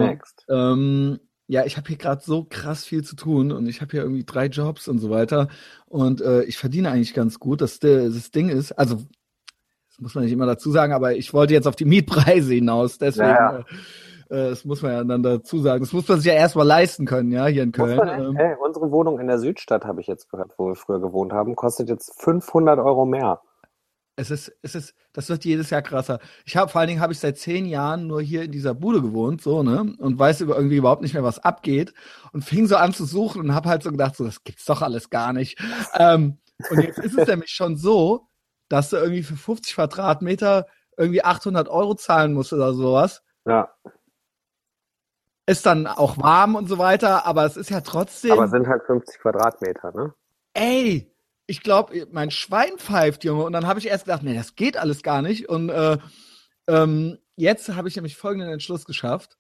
Und, ich habe hier gerade so krass viel zu tun und ich habe hier irgendwie 3 Jobs und so weiter und ich verdiene eigentlich ganz gut. Das Ding ist, also das muss man nicht immer dazu sagen, aber ich wollte jetzt auf die Mietpreise hinaus, deswegen das muss man ja dann dazu sagen. Das muss man sich ja erstmal leisten können, ja, hier in Köln. Unsere Wohnung in der Südstadt, habe ich jetzt gehört, wo wir früher gewohnt haben, kostet jetzt 500 € mehr. Das wird jedes Jahr krasser. Vor allen Dingen habe ich seit 10 Jahren nur hier in dieser Bude gewohnt, so, ne, und weiß irgendwie überhaupt nicht mehr, was abgeht und fing so an zu suchen und habe halt so gedacht, so, das gibt's doch alles gar nicht. Und jetzt ist es nämlich schon so, dass du irgendwie für 50 Quadratmeter irgendwie 800 € zahlen musst oder sowas. Ja. Ist dann auch warm und so weiter, aber es ist ja trotzdem. Aber es sind halt 50 Quadratmeter, ne? Ey, ich glaube, mein Schwein pfeift, Junge. Und dann habe ich erst gedacht, nee, das geht alles gar nicht. Und jetzt habe ich nämlich folgenden Entschluss gefasst.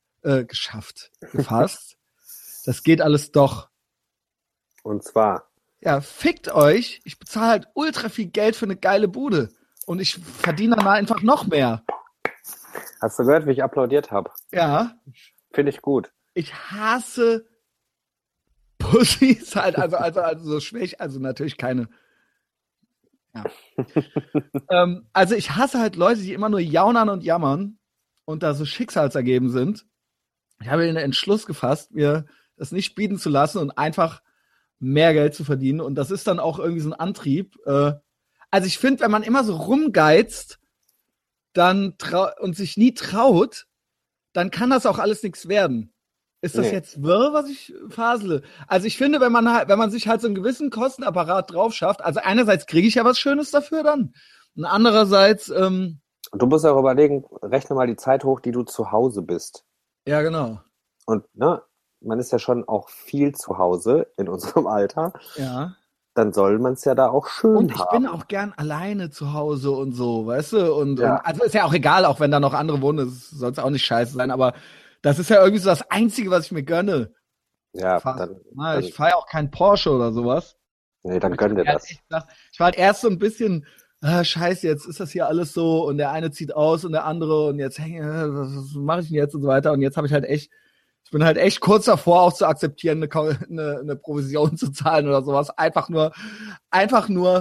Das geht alles doch. Und zwar? Ja, fickt euch. Ich bezahle halt ultra viel Geld für eine geile Bude. Und ich verdiene dann einfach noch mehr. Hast du gehört, wie ich applaudiert habe? Ja. Finde ich gut. Ich hasse Pussys halt, also so schwäch, also natürlich keine. Ja. Also ich hasse halt Leute, die immer nur jaunern und jammern und da so schicksalsergeben sind. Ich habe den Entschluss gefasst, mir das nicht bieten zu lassen und einfach mehr Geld zu verdienen. Und das ist dann auch irgendwie so ein Antrieb. Also ich finde, wenn man immer so rumgeizt und sich nie traut, dann kann das auch alles nichts werden. Ist das jetzt wirr, was ich fasele? Also ich finde, wenn man sich halt so einen gewissen Kostenapparat drauf schafft, also einerseits kriege ich ja was Schönes dafür dann. Und andererseits du musst auch überlegen, rechne mal die Zeit hoch, die du zu Hause bist. Ja, genau. Und ne, man ist ja schon auch viel zu Hause in unserem Alter. Ja. Dann soll man es ja da auch schön haben. Und ich bin auch gern alleine zu Hause und so, weißt du? Und also ist ja auch egal, auch wenn da noch andere wohnen, soll es auch nicht scheiße sein, aber das ist ja irgendwie so das Einzige, was ich mir gönne. Ja, ich fahre ja auch kein Porsche oder sowas. Nee, dann gönn dir das. Ich war halt erst so ein bisschen, scheiße, jetzt ist das hier alles so und der eine zieht aus und der andere und jetzt was mache ich denn jetzt und so weiter. Und jetzt habe ich bin halt echt kurz davor, auch zu akzeptieren, eine Provision zu zahlen oder sowas. Einfach nur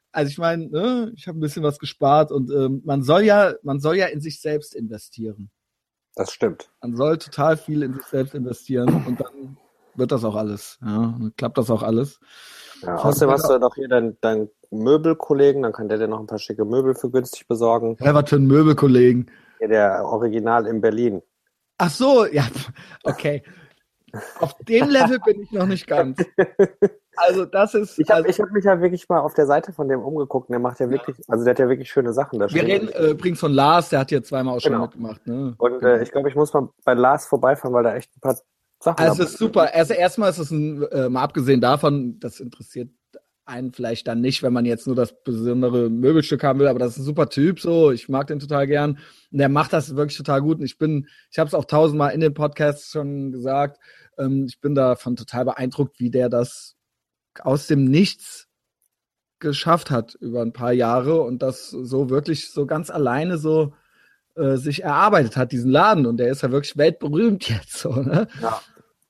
Also ich meine, ne, ich habe ein bisschen was gespart und man soll ja in sich selbst investieren. Das stimmt. Man soll total viel in sich selbst investieren und dann wird das auch alles. Ja, dann klappt das auch alles. Ja, außerdem hast du doch hier deinen Möbelkollegen, dann kann der dir noch ein paar schicke Möbel für günstig besorgen. Ja, was für ein Möbelkollegen. Hier der Original in Berlin. Ach so, ja, okay. Auf dem Level bin ich noch nicht ganz. Also das ist. Ich hab mich ja wirklich mal auf der Seite von dem umgeguckt und der macht ja wirklich, also der hat ja wirklich schöne Sachen da Wir stehen. reden übrigens von Lars, der hat hier zweimal auch schon Genau. mitgemacht. Ne? Und ich glaube, ich muss mal bei Lars vorbeifahren, weil da echt ein paar Sachen Also es ist super. Erstmal ist es mal abgesehen davon, das interessiert einen vielleicht dann nicht, wenn man jetzt nur das besondere Möbelstück haben will, aber das ist ein super Typ, so. Ich mag den total gern. Und der macht das wirklich total gut. Und ich habe es auch 1000-mal in den Podcasts schon gesagt, ich bin davon total beeindruckt, wie der das aus dem Nichts geschafft hat über ein paar Jahre und das so wirklich so ganz alleine so sich erarbeitet hat, diesen Laden. Und der ist ja wirklich weltberühmt jetzt so, ne? Ja.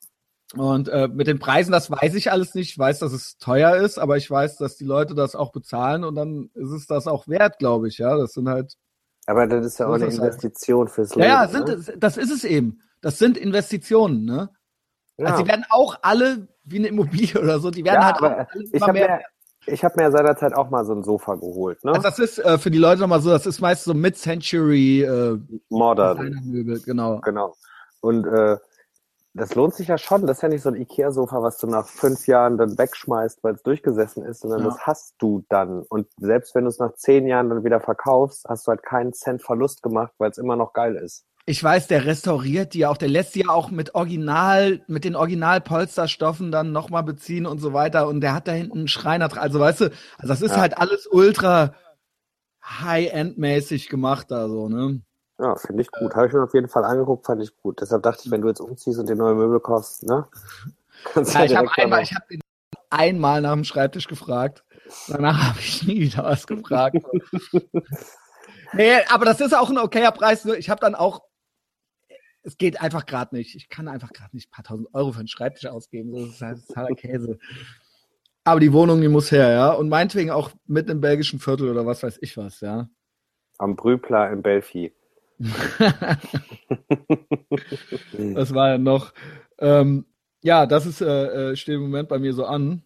Und mit den Preisen, das weiß ich alles nicht. Ich weiß, dass es teuer ist, aber ich weiß, dass die Leute das auch bezahlen und dann ist es das auch wert, glaube ich. Ja, das sind halt. Aber das ist ja auch eine Investition fürs Leben. Ja, das ist es eben. Das sind Investitionen, ne? Ja. Also die werden auch alle wie eine Immobilie oder so, die werden halt auch immer mehr. Ich habe mir seinerzeit auch mal so ein Sofa geholt. Ne? Also das ist für die Leute nochmal so, das ist meist so Mid-Century Modern. Möbel, genau. Genau. Und das lohnt sich ja schon. Das ist ja nicht so ein Ikea-Sofa, was du nach 5 Jahren dann wegschmeißt, weil es durchgesessen ist, sondern das hast du dann. Und selbst wenn du es nach 10 Jahren dann wieder verkaufst, hast du halt keinen Cent Verlust gemacht, weil es immer noch geil ist. Ich weiß, der restauriert die auch, der lässt die ja auch mit den Original-Polsterstoffen dann nochmal beziehen und so weiter. Und der hat da hinten einen Schreiner dran. Also weißt du, also das ist halt alles ultra High-End-mäßig gemacht da so, ne? Ja, finde ich gut. Habe ich mir auf jeden Fall angeguckt, fand ich gut. Deshalb dachte ich, wenn du jetzt umziehst und dir neue Möbel kaufst, ne? Ja, ich habe ihn einmal nach dem Schreibtisch gefragt. Danach habe ich nie wieder was gefragt. Nee, aber das ist auch ein okayer Preis. Ich habe dann auch, es geht einfach gerade nicht. Ich kann einfach gerade nicht ein paar tausend Euro für einen Schreibtisch ausgeben. Das ist halt totaler Käse. Aber die Wohnung, die muss her, ja. Und meinetwegen auch mitten im belgischen Viertel oder was weiß ich was, ja. Am Brüpla in Belfi. Das war ja noch. Ja, das ist steht im Moment bei mir so an.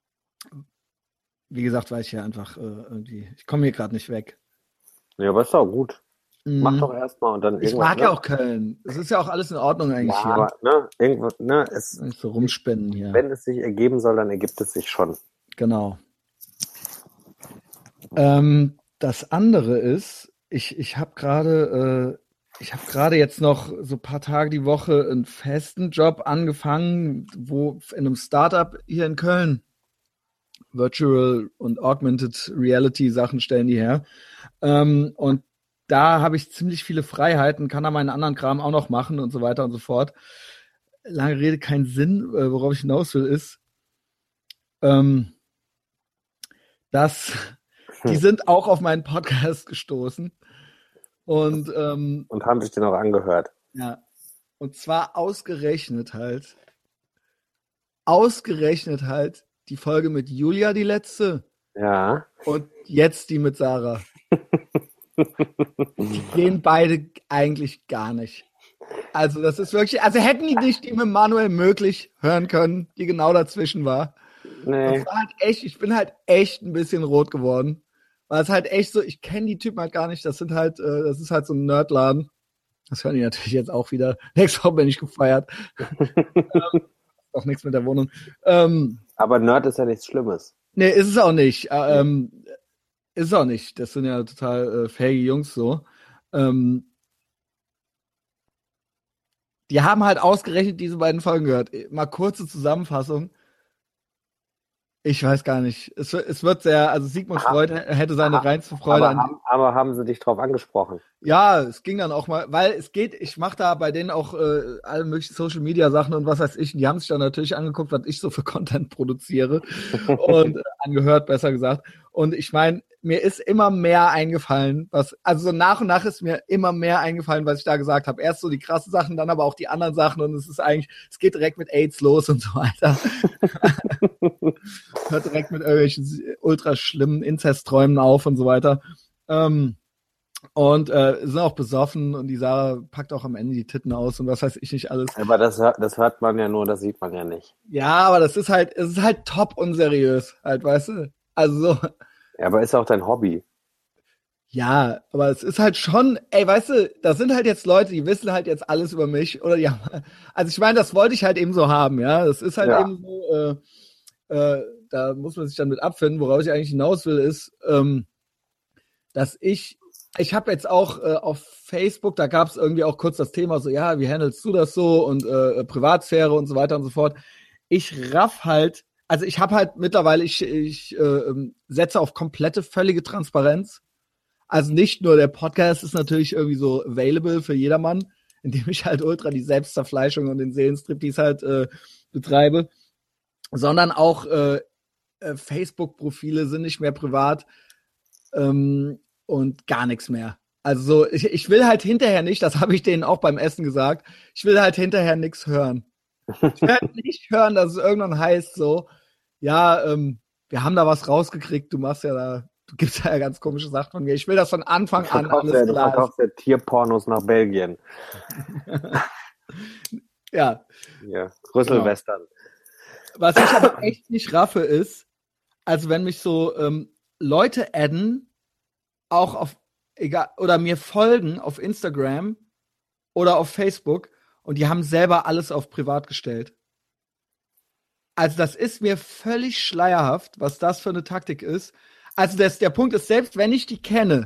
Wie gesagt, weiß ich ja einfach irgendwie, ich komme hier gerade nicht weg. Ja, aber ist doch gut. Mach doch erstmal und dann irgendwas. Ich mag ja auch Köln. Es ist ja auch alles in Ordnung eigentlich hier. Aber, ne, irgendwo, ne, Nicht so rumspinnen hier. Wenn es sich ergeben soll, dann ergibt es sich schon. Genau. Das andere ist, ich habe gerade jetzt noch so ein paar Tage die Woche einen festen Job angefangen, wo in einem Startup hier in Köln Virtual und Augmented Reality Sachen stellen die her. Und da habe ich ziemlich viele Freiheiten, kann da meinen anderen Kram auch noch machen und so weiter und so fort. Lange Rede, kein Sinn, worauf ich hinaus will, ist, dass die sind auch auf meinen Podcast gestoßen und haben sich den auch angehört. Ja, und zwar ausgerechnet halt die Folge mit Julia, die letzte. Ja. Und jetzt die mit Sarah. Die gehen beide eigentlich gar nicht. Also das ist wirklich, also hätten die nicht die mit Manuel möglich hören können, die genau dazwischen war. Nee. Das war halt echt, ich bin halt echt ein bisschen rot geworden. Weil es halt echt so, ich kenne die Typen halt gar nicht, das ist halt so ein Nerdladen. Das hören die natürlich jetzt auch wieder. Nächste Woche bin ich gefeiert. Auch nichts mit der Wohnung. Aber Nerd ist ja nichts Schlimmes. Nee, ist es auch nicht. Ist es auch nicht. Das sind ja total fähige Jungs so. Die haben halt ausgerechnet diese beiden Folgen gehört. Mal kurze Zusammenfassung. Ich weiß gar nicht. Es wird sehr, also Sigmund Freud hätte seine reinste Freude aber haben sie dich drauf angesprochen? Ja, es ging dann auch mal, weil es geht, ich mache da bei denen auch alle möglichen Social Media Sachen und was weiß ich. Und die haben sich dann natürlich angeguckt, was ich so für Content produziere und angehört, besser gesagt. Und ich meine, mir ist immer mehr eingefallen, also so nach und nach ist mir immer mehr eingefallen, was ich da gesagt habe. Erst so die krassen Sachen, dann aber auch die anderen Sachen und es geht direkt mit AIDS los und so weiter. Hört direkt mit irgendwelchen ultra schlimmen Inzestträumen auf und so weiter. Und sind auch besoffen und die Sarah packt auch am Ende die Titten aus und was weiß ich nicht alles. Aber das hört man ja nur, das sieht man ja nicht. Ja, aber es ist halt top unseriös, halt, weißt du? Also so. Ja, aber ist auch dein Hobby. Ja, aber es ist halt schon, ey, weißt du, das sind halt jetzt Leute, die wissen halt jetzt alles über mich oder ja, also ich meine, das wollte ich halt eben so haben, ja. Das ist halt eben so, da muss man sich dann mit abfinden. Worauf ich eigentlich hinaus will, ist, dass ich habe jetzt auch auf Facebook, da gab es irgendwie auch kurz das Thema so, ja, wie handelst du das so und Privatsphäre und so weiter und so fort. Ich raff halt, also ich habe halt mittlerweile, ich setze auf komplette, völlige Transparenz. Also nicht nur der Podcast ist natürlich irgendwie so available für jedermann, indem ich halt ultra die Selbstzerfleischung und den Seelenstriptease halt betreibe, sondern auch Facebook-Profile sind nicht mehr privat und gar nichts mehr. Also so, ich will halt hinterher nicht, das habe ich denen auch beim Essen gesagt, ich will halt hinterher nichts hören. Ich will halt nicht hören, dass es irgendwann heißt so, ja, wir haben da was rausgekriegt, du gibst ja ganz komische Sachen von mir. Ich will das von Anfang an alles klar. Du verkaufst ja Tierpornos nach Belgien. Ja. Ja, Rüsselwestern. Genau. Was ich aber echt nicht raffe ist, also wenn mich so Leute adden, auch auf, egal, oder mir folgen auf Instagram oder auf Facebook und die haben selber alles auf privat gestellt. Also das ist mir völlig schleierhaft, was das für eine Taktik ist. Also der Punkt ist, selbst wenn ich die kenne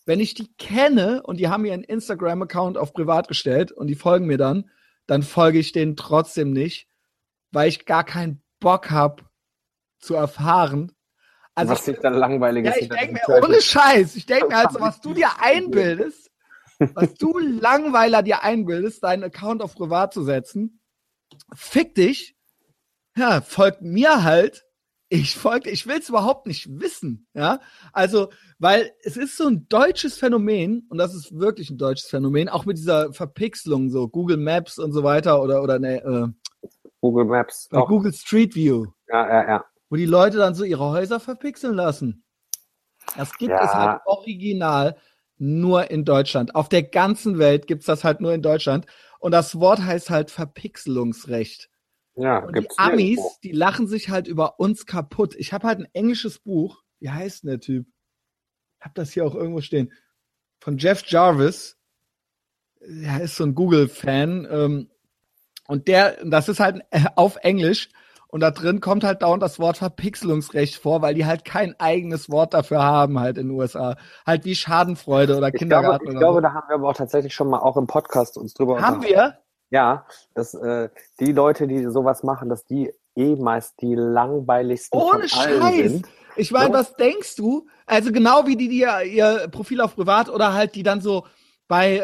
und die haben ihren Instagram-Account auf privat gestellt und die folgen mir dann folge ich denen trotzdem nicht, weil ich gar keinen Bock habe zu erfahren. Also was sich dann langweilig ist. Ja, ich denke mir, ohne Scheiß, ich denke mir halt so, was du dir einbildest, was du Langweiler dir einbildest, deinen Account auf privat zu setzen, fick dich, ja, folgt mir halt, ich will es überhaupt nicht wissen, ja, also, weil es ist so ein deutsches Phänomen, und das ist wirklich ein deutsches Phänomen, auch mit dieser Verpixelung, so Google Maps und so weiter, oder Google Maps. Google Street View. Ja. Wo die Leute dann so ihre Häuser verpixeln lassen. Das gibt es halt original nur in Deutschland. Auf der ganzen Welt gibt es das halt nur in Deutschland. Und das Wort heißt halt Verpixelungsrecht. Ja, und die Amis, die lachen sich halt über uns kaputt. Ich habe halt ein englisches Buch. Wie heißt denn der Typ? Ich habe das hier auch irgendwo stehen. Von Jeff Jarvis. Er ist so ein Google-Fan. Und das ist halt auf Englisch. Und da drin kommt halt dauernd das Wort Verpixelungsrecht vor, weil die halt kein eigenes Wort dafür haben halt in den USA. Halt wie Schadenfreude oder Kindergarten. Ich glaube, da haben wir aber auch tatsächlich schon mal auch im Podcast uns drüber Haben wir? Ja, dass die Leute, die sowas machen, dass die meist die langweiligsten ohne von allen Scheiß. Sind. Ich meine, was denkst du? Also genau wie die ihr Profil auf privat oder halt die dann so bei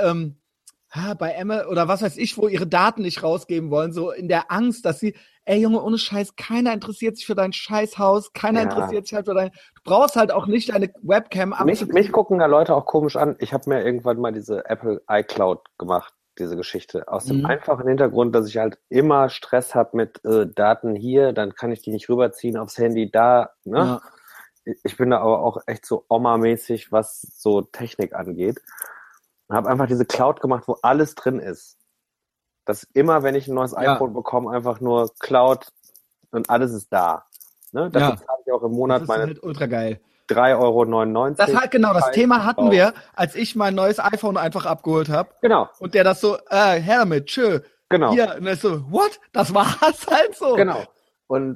Emma oder was weiß ich, wo ihre Daten nicht rausgeben wollen, so in der Angst, dass sie, ey Junge, ohne Scheiß, keiner interessiert sich für dein Scheißhaus, keiner interessiert sich halt für du brauchst halt auch nicht deine Webcam mich gucken da Leute auch komisch an. Ich habe mir irgendwann mal diese Apple iCloud gemacht, diese Geschichte. Aus dem einfachen Hintergrund, dass ich halt immer Stress habe mit Daten hier, dann kann ich die nicht rüberziehen aufs Handy da, ne? Ja. Ich bin da aber auch echt so Oma-mäßig, was so Technik angeht. Und habe einfach diese Cloud gemacht, wo alles drin ist. Dass immer, wenn ich ein neues iPhone bekomme, einfach nur Cloud und alles ist da. Ne? Dafür zahle ich auch im Monat meine halt ultra geil. 3,99 €. Das halt genau, das Thema hatten wir, als ich mein neues iPhone einfach abgeholt habe. Genau. Und der das so, her damit, tschö. Genau. Hier, und er so, what? Das war's halt so. Genau. Und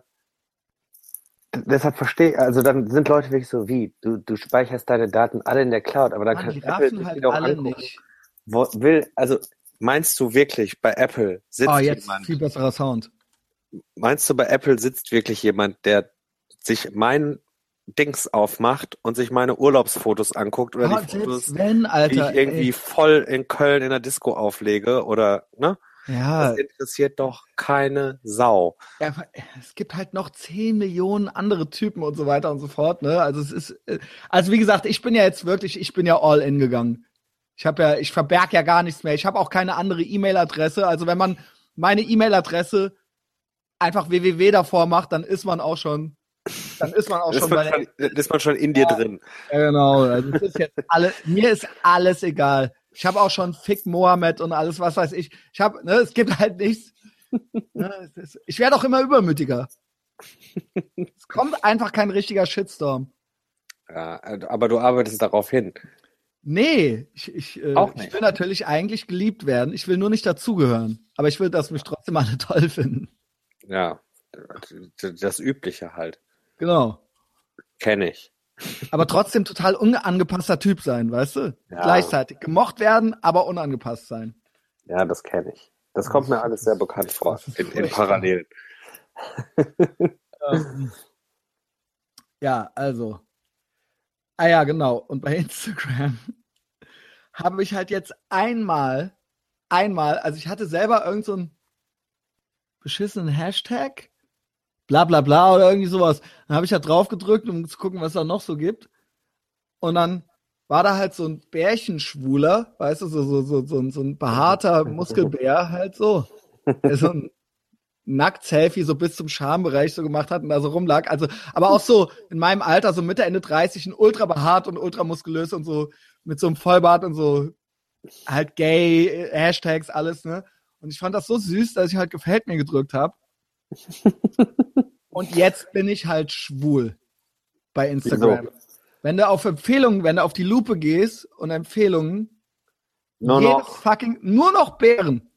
deshalb also dann sind Leute wirklich so, wie, du speicherst deine Daten alle in der Cloud, aber dann kann Apple sich halt alle nicht. Also meinst du wirklich, bei Apple sitzt jetzt jemand? Viel besserer Sound. Meinst du, bei Apple sitzt wirklich jemand, der sich mein Dings aufmacht und sich meine Urlaubsfotos anguckt oder die Fotos, Alter, die ich irgendwie voll in Köln in der Disco auflege oder, ne? Ja, Das interessiert doch keine Sau. ja, es gibt halt noch 10 Millionen andere Typen und so weiter und so fort, ne? Also es ist, also wie gesagt, ich bin ja all in gegangen. Ich verberg ja gar nichts mehr. Ich habe auch keine andere E-Mail-Adresse. Also wenn man meine E-Mail-Adresse einfach www davor macht, dann ist man auch schon Ist man schon in dir drin. Ja, genau. Also es ist jetzt mir ist alles egal. Ich habe auch schon Fick Mohammed und alles, was weiß ich. Es gibt halt nichts. Ne, ich werde auch immer übermütiger. Es kommt einfach kein richtiger Shitstorm. Ja, aber du arbeitest darauf hin. Nee, Auch ich nicht. will natürlich eigentlich geliebt werden. Ich will nur nicht dazugehören. Aber ich will, dass mich trotzdem alle toll finden. Ja, das Übliche halt. Genau. Kenne ich. Aber trotzdem total unangepasster Typ sein, weißt du? Ja. Gleichzeitig gemocht werden, aber unangepasst sein. Ja, das kenne ich. Das kommt mir alles sehr bekannt vor, das ist in furchtbar. Parallelen. Ja, also. Ah ja, genau. Und bei Instagram habe ich halt jetzt einmal, also ich hatte selber irgend so einen beschissenen Hashtag, bla bla bla oder irgendwie sowas. Dann habe ich halt drauf gedrückt, um zu gucken, was es da noch so gibt. Und dann war da halt so ein Bärchenschwuler, weißt du, so ein behaarter Muskelbär halt so. Der so ein Nackt-Selfie so bis zum Schambereich so gemacht hat und da so rumlag. Also, aber auch so in meinem Alter, so Mitte, Ende 30, ein ultra behaart und ultra muskulös und so mit so einem Vollbart und so halt gay, Hashtags, alles, ne? Und ich fand das so süß, dass ich halt gefällt mir gedrückt habe. Und jetzt bin ich halt schwul bei Instagram. Wieso? Wenn du auf die Lupe gehst und Empfehlungen, Nur nur noch Bären.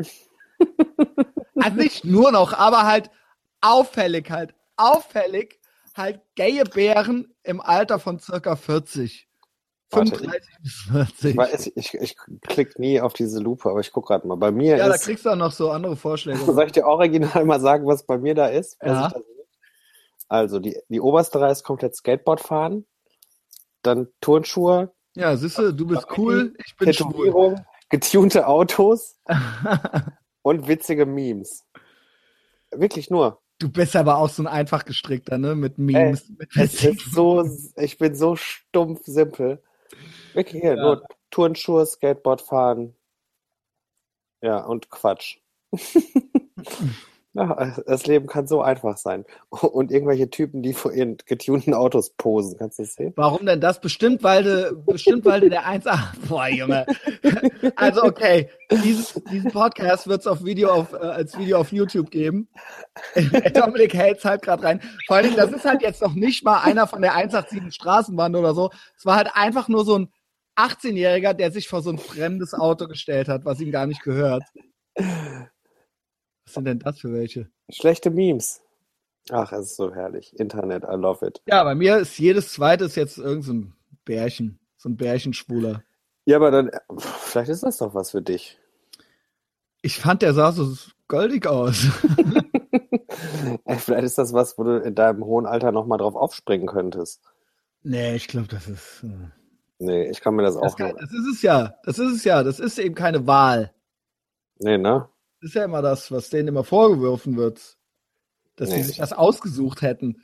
Also nicht nur noch, aber halt auffällig halt gaye Bären im Alter von circa 40. Warte, 35 bis 40. ich klick nie auf diese Lupe, aber ich guck gerade mal. Bei mir Ja, da ist, kriegst du auch noch so andere Vorschläge. soll ich dir original mal sagen, was bei mir da ist? Was Ja. ich da sehe? Also, die oberste Reihe ist komplett Skateboard fahren, dann Turnschuhe, Ja, siehste, du bist cool, ich bin schwul. Tätowierung, getunte Autos und witzige Memes. Wirklich nur. Du bist aber auch so ein einfach gestrickter, ne, mit Memes. Es ist so, ich bin so stumpf simpel. Wirklich hier, nur Turnschuhe, Skateboard fahren. Ja, und Quatsch. Ja, das Leben kann so einfach sein. Und irgendwelche Typen, die vor ihren getunten Autos posen. Kannst du das sehen? Warum denn das? Bestimmt, weil du der 1A. Boah, Junge. Also, okay. Diesen Podcast wird es als Video auf YouTube geben. Dominik hält's halt gerade rein. Vor allen Dingen, das ist halt jetzt noch nicht mal einer von der 187 Straßenbahn oder so. Es war halt einfach nur so ein 18-Jähriger, der sich vor so ein fremdes Auto gestellt hat, was ihm gar nicht gehört. Was sind denn das für welche? Schlechte Memes. Ach, es ist so herrlich. Internet, I love it. Ja, bei mir ist jedes zweite jetzt irgend so ein Bärchen. So ein Bärchenschwuler. Ja, aber dann, vielleicht ist das doch was für dich. Ich fand, der sah so goldig aus. Vielleicht ist das was, wo du in deinem hohen Alter nochmal drauf aufspringen könntest. Nee, ich glaube, das ist. Nee, ich kann mir das auch nur. Das ist es ja. Das ist eben keine Wahl. Nee, ne? Das ist ja immer das, was denen immer vorgeworfen wird. Dass Nee. sie sich das ausgesucht hätten.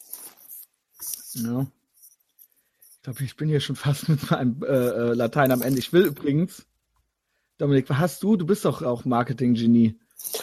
Ja. Ich glaube, ich bin hier schon fast mit meinem Latein am Ende. Ich will übrigens, Dominik, was hast du? Du bist doch auch Marketing-Genie.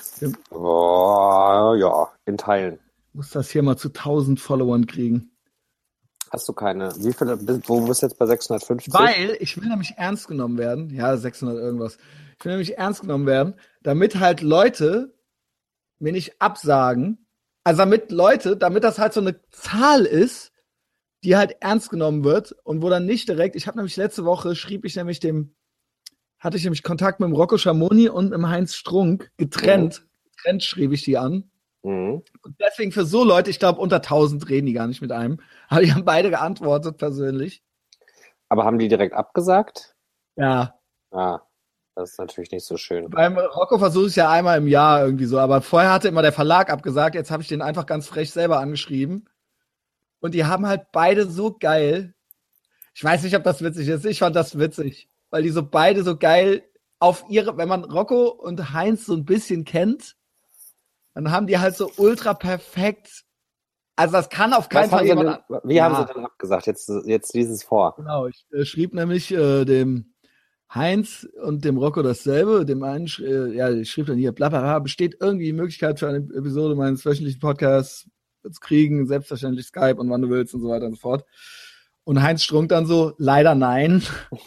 Oh, ja, in Teilen. Du musst das hier mal zu 1000 Followern kriegen. Hast du keine? Wie viele? Wo bist du jetzt bei 650? Weil ich will nämlich ernst genommen werden. Ja, 600 irgendwas. Ich will nämlich ernst genommen werden, damit halt Leute mir nicht absagen. Also damit das halt so eine Zahl ist, die halt ernst genommen wird und wo dann nicht direkt, ich habe nämlich letzte Woche, hatte ich nämlich Kontakt mit dem Rocco Schamoni und mit dem Heinz Strunk, getrennt schrieb ich die an. Mhm. Und deswegen für so Leute, ich glaube unter 1000 reden die gar nicht mit einem, aber die haben beide geantwortet persönlich. Aber haben die direkt abgesagt? Ja. Ah, das ist natürlich nicht so schön. Beim Rocco versuche ich es ja einmal im Jahr irgendwie so, aber vorher hatte immer der Verlag abgesagt, jetzt habe ich den einfach ganz frech selber angeschrieben. Und die haben halt beide so geil. Ich weiß nicht, ob das witzig ist. Ich fand das witzig, weil die so beide so geil wenn man Rocco und Heinz so ein bisschen kennt, dann haben die halt so ultra perfekt. Also das kann auf keinen Fall jemand. Wie haben sie denn abgesagt? Jetzt lies es vor. Genau, ich schrieb nämlich dem Heinz und dem Rocco dasselbe. Dem einen, ich schrieb dann hier, bla bla bla, besteht irgendwie die Möglichkeit für eine Episode meines wöchentlichen Podcasts zu kriegen, selbstverständlich Skype und wann du willst und so weiter und so fort. Und Heinz Strunk dann so, leider nein.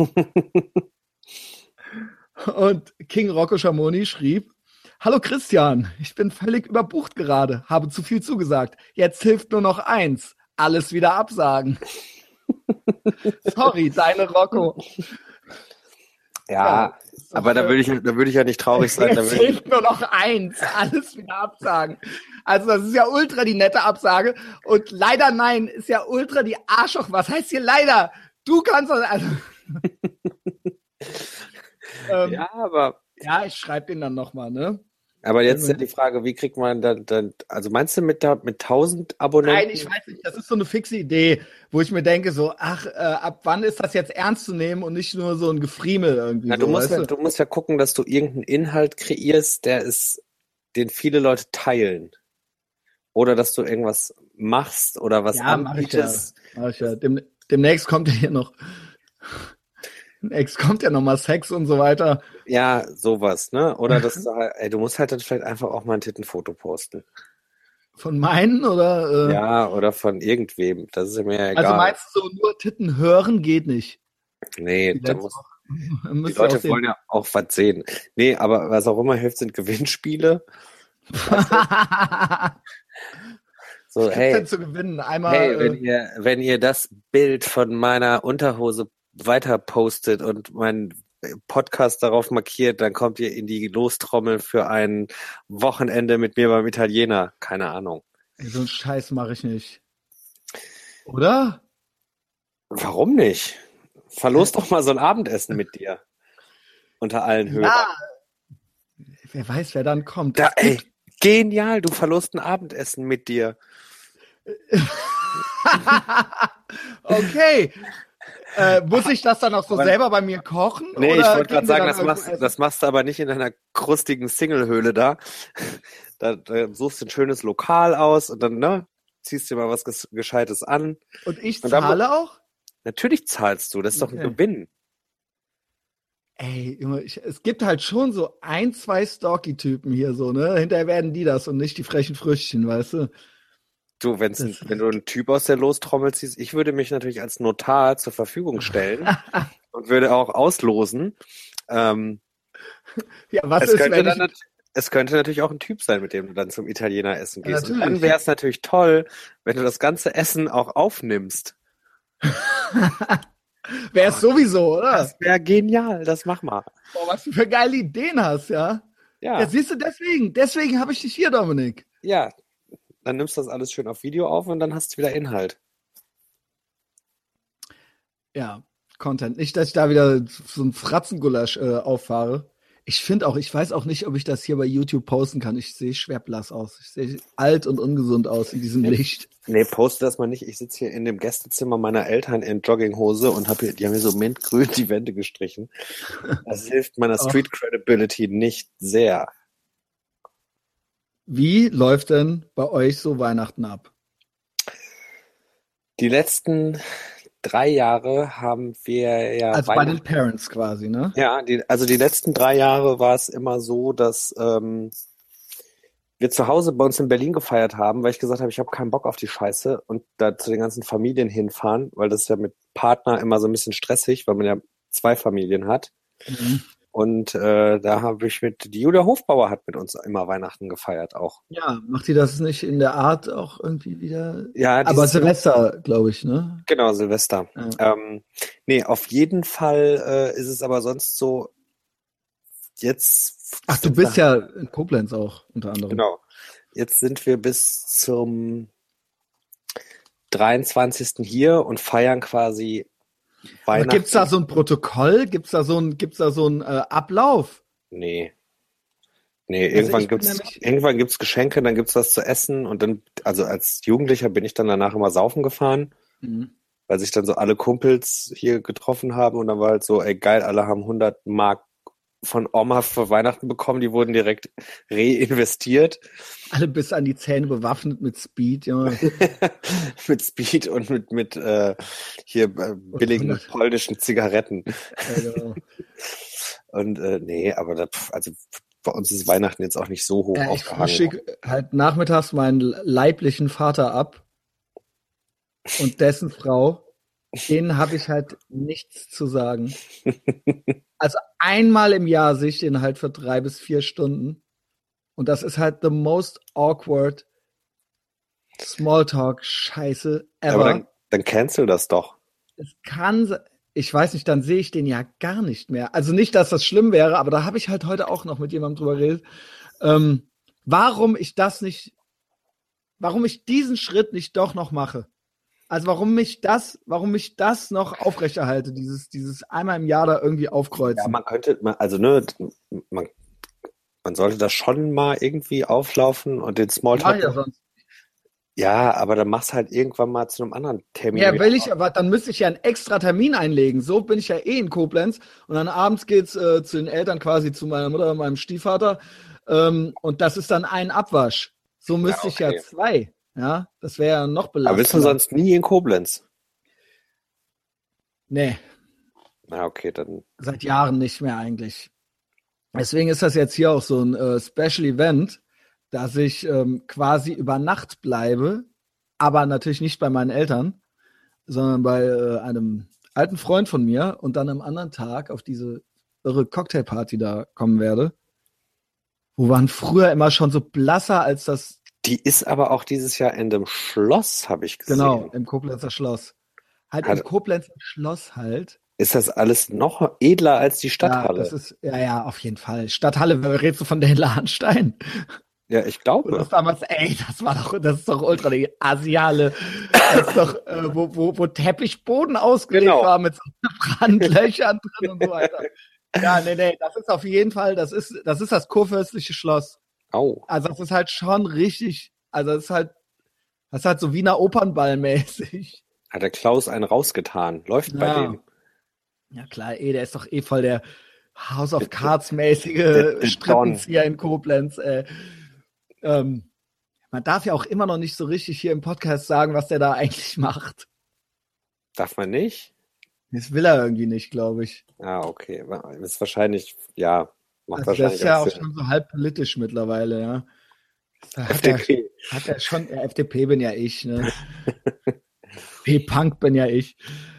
Und King Rocco Schamoni schrieb, hallo Christian, ich bin völlig überbucht gerade, habe zu viel zugesagt. Jetzt hilft nur noch eins, alles wieder absagen. Sorry, deine Rocco. Ja, aber da würde ich ja nicht traurig sein. Jetzt hilft nur noch eins, alles wieder absagen. Also das ist ja ultra die nette Absage und leider nein ist ja ultra die Arschloch. Was heißt hier leider? Du kannst also ja, aber ja, ich schreibe den dann nochmal, ne? Aber jetzt ist ja die Frage, wie kriegt man dann, also meinst du mit 1000 Abonnenten? Nein, ich weiß nicht, das ist so eine fixe Idee, wo ich mir denke so, ab wann ist das jetzt ernst zu nehmen und nicht nur so ein Gefriemel irgendwie. Ja, so, du musst ja gucken, dass du irgendeinen Inhalt kreierst, den viele Leute teilen. Oder dass du irgendwas machst oder was anbietest. Mach ich ja. Demnächst kommt ja hier noch mal Sex und so weiter. Ja, sowas, ne? Oder dass du halt, du musst halt dann vielleicht einfach auch mal ein Tittenfoto posten. Von meinen oder? Ja, oder von irgendwem. Das ist mir ja egal. Also meinst du so, nur Titten hören geht nicht? Nee, die Leute wollen ja auch was sehen. Nee, aber was auch immer hilft, sind Gewinnspiele. So, hey, zu gewinnen? Einmal, wenn ihr das Bild von meiner Unterhose weiter postet und meinen Podcast darauf markiert, dann kommt ihr in die Lostrommel für ein Wochenende mit mir beim Italiener. Keine Ahnung. So einen Scheiß mache ich nicht. Oder? Warum nicht? Verlos doch mal so ein Abendessen mit dir. Unter allen Hörern. Ja. Wer weiß, wer dann kommt. Genial, du verlost ein Abendessen mit dir. Okay. Muss ich das dann auch so selber bei mir kochen? Nee, ich wollte gerade sagen, das machst du aber nicht in deiner krustigen Singlehöhle da. Da suchst du ein schönes Lokal aus und dann ziehst du mal was Gescheites an. Und ich zahle auch? Natürlich zahlst du, das ist doch ein Gewinn. Ey, es gibt halt schon so 1, 2 Stalky-Typen hier so, ne? Hinterher werden die das und nicht die frechen Früchtchen, weißt du? Du, wenn du einen Typ aus der Lostrommel ziehst, ich würde mich natürlich als Notar zur Verfügung stellen und würde auch auslosen. Ja, was ist, es könnte natürlich auch ein Typ sein, mit dem du dann zum Italiener essen gehst. Ja, und dann wäre es natürlich toll, wenn du das ganze Essen auch aufnimmst. Wäre es sowieso, oder? Das wäre genial, das mach mal. Boah, was du für geile Ideen hast, ja? Ja, siehst du, deswegen habe ich dich hier, Dominik. Ja, dann nimmst du das alles schön auf Video auf und dann hast du wieder Inhalt. Ja, Content. Nicht, dass ich da wieder so ein Fratzengulasch auffahre. Ich weiß auch nicht, ob ich das hier bei YouTube posten kann. Ich sehe schwer blass aus. Ich sehe alt und ungesund aus in diesem Licht. Nee, poste das mal nicht. Ich sitze hier in dem Gästezimmer meiner Eltern in Jogginghose und die haben hier so mintgrün die Wände gestrichen. Das hilft meiner Street Credibility nicht sehr. Wie läuft denn bei euch so Weihnachten ab? Die letzten 3 Jahre haben wir ja... Also bei den Parents quasi, ne? Ja, die letzten 3 Jahre war es immer so, dass wir zu Hause bei uns in Berlin gefeiert haben, weil ich gesagt habe, ich habe keinen Bock auf die Scheiße und da zu den ganzen Familien hinfahren, weil das ist ja mit Partner immer so ein bisschen stressig, weil man ja 2 Familien hat. Mhm. Und da habe ich die Julia Hofbauer hat mit uns immer Weihnachten gefeiert auch. Ja, macht die das nicht in der Art auch irgendwie wieder? Ja, aber Silvester, glaube ich, ne? Genau, Silvester. Ja. Nee, auf jeden Fall ist es aber sonst so, jetzt... Ach, du bist ja in Koblenz auch, unter anderem. Genau. Jetzt sind wir bis zum 23. hier und feiern quasi Weihnachten. Gibt es da so ein Protokoll? Gibt es da so ein Ablauf? Nee. Irgendwann gibt's Geschenke, dann gibt's was zu essen und dann, also als Jugendlicher bin ich dann danach immer saufen gefahren, weil sich dann so alle Kumpels hier getroffen haben und dann war halt so, ey geil, alle haben 100 Mark von Oma für Weihnachten bekommen, die wurden direkt reinvestiert. Alle bis an die Zähne bewaffnet mit Speed, Junge. Mit Speed und mit billigen polnischen Zigaretten. Ja, genau. Und nee, aber also bei uns ist Weihnachten jetzt auch nicht so hoch Ich aufgehangen. schicke halt nachmittags meinen leiblichen Vater ab und dessen Frau. Denen habe ich halt nichts zu sagen. Also einmal im Jahr sehe ich den halt für 3 bis 4 Stunden. Und das ist halt the most awkward Smalltalk-Scheiße ever. Aber dann cancel das doch. Es kann, ich weiß nicht, dann sehe ich den ja gar nicht mehr. Also nicht, dass das schlimm wäre, aber da habe ich halt heute auch noch mit jemandem drüber geredet. Warum ich diesen Schritt nicht doch noch mache. Also warum mich das noch aufrechterhalte, dieses einmal im Jahr da irgendwie aufkreuzen. Ja, man sollte das schon mal irgendwie auflaufen und den Smalltalk. Ja, sonst. Ja, aber dann machst halt irgendwann mal zu einem anderen Termin. Ja, aber dann müsste ich ja einen extra Termin einlegen. So bin ich ja in Koblenz und dann abends geht's zu den Eltern quasi, zu meiner Mutter und meinem Stiefvater und das ist dann ein Abwasch. So müsste ich ja 2. Ja, das wäre ja noch belastender. Aber bist du sonst nie in Koblenz? Nee. Na, okay, dann. Seit Jahren nicht mehr eigentlich. Deswegen ist das jetzt hier auch so ein Special Event, dass ich quasi über Nacht bleibe, aber natürlich nicht bei meinen Eltern, sondern bei einem alten Freund von mir und dann am anderen Tag auf diese irre Cocktailparty da kommen werde, wo man früher immer schon so blasser als das. Die ist aber auch dieses Jahr in dem Schloss, habe ich gesehen. Genau, im Koblenzer Schloss. Im Koblenzer Schloss halt. Ist das alles noch edler als die Stadthalle? Ja, das ist, ja, auf jeden Fall. Stadthalle, redest du von der Lahnstein? Ja, ich glaube. Das damals, das ist doch ultra die Asiale. Das ist doch, wo Teppichboden ausgelegt war mit so Brandlöchern drin und so weiter. Ja, nee, das ist auf jeden Fall, das ist das kurfürstliche Schloss. Oh. Also das ist halt schon richtig, das ist halt so Wiener Opernball mäßig. Hat der Klaus einen rausgetan? Läuft bei dem. Ja klar, der ist doch voll der House of Cards-mäßige Strippenzieher in Koblenz. Man darf ja auch immer noch nicht so richtig hier im Podcast sagen, was der da eigentlich macht. Darf man nicht? Das will er irgendwie nicht, glaube ich. Ah, okay. Ist wahrscheinlich, ja, macht wahrscheinlich. Das ist ja auch schon so halb politisch mittlerweile, ja. FDP. Hat er schon, FDP bin ja ich, ne? P-Punk bin ja ich.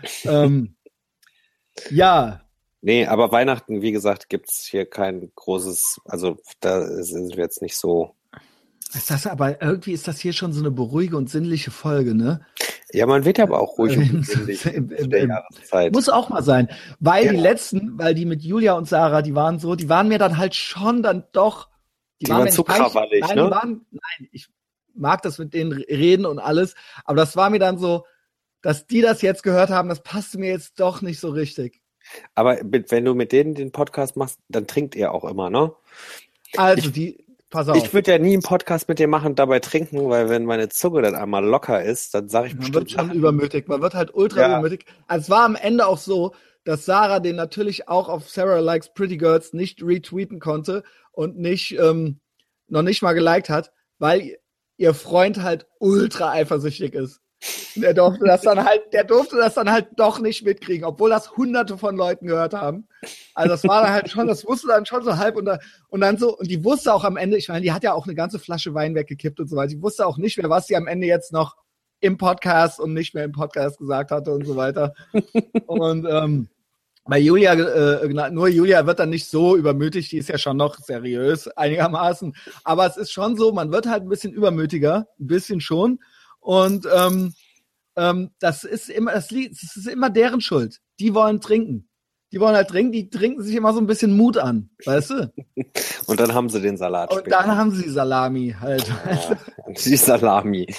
Ja. Nee, aber Weihnachten, wie gesagt, gibt's hier kein großes, also da sind wir jetzt nicht so. Aber irgendwie ist das hier schon so eine beruhige und sinnliche Folge, ne? Ja, man wird aber auch ruhig und sinnlich in der Jahreszeit. Muss auch mal sein. Weil die letzten, weil die mit Julia und Sarah, die waren mir dann halt schon dann doch. Die waren zu krawallig, ne? Nein, ich mag das mit denen reden und alles, aber das war mir dann so, dass die das jetzt gehört haben, das passte mir jetzt doch nicht so richtig. Aber wenn du mit denen den Podcast machst, dann trinkt ihr auch immer, ne? Also pass auf. Ich würde ja nie einen Podcast mit dir machen und dabei trinken, weil wenn meine Zunge dann einmal locker ist, dann sage ich bestimmt. Man wird schon übermütig, man wird halt ultra übermütig. Also es war am Ende auch so, dass Sarah den natürlich auch auf Sarah Likes Pretty Girls nicht retweeten konnte und noch nicht mal geliked hat, weil ihr Freund halt ultra eifersüchtig ist. Der durfte das dann halt doch nicht mitkriegen, obwohl das Hunderte von Leuten gehört haben. Also das war dann halt schon, das wusste dann schon so halb und dann so, und die wusste auch am Ende, ich meine, die hat ja auch eine ganze Flasche Wein weggekippt und so weiter. Die wusste auch nicht mehr, was sie am Ende jetzt noch im Podcast und nicht mehr im Podcast gesagt hatte und so weiter. Und bei Julia, nur Julia wird dann nicht so übermütig, die ist ja schon noch seriös einigermaßen. Aber es ist schon so, man wird halt ein bisschen übermütiger, ein bisschen schon. Und das ist immer deren Schuld. Die wollen trinken. Die wollen halt trinken, die trinken sich immer so ein bisschen Mut an, weißt du? Und dann haben sie den Salat. Und dann haben sie Salami halt. Ja, die Salami.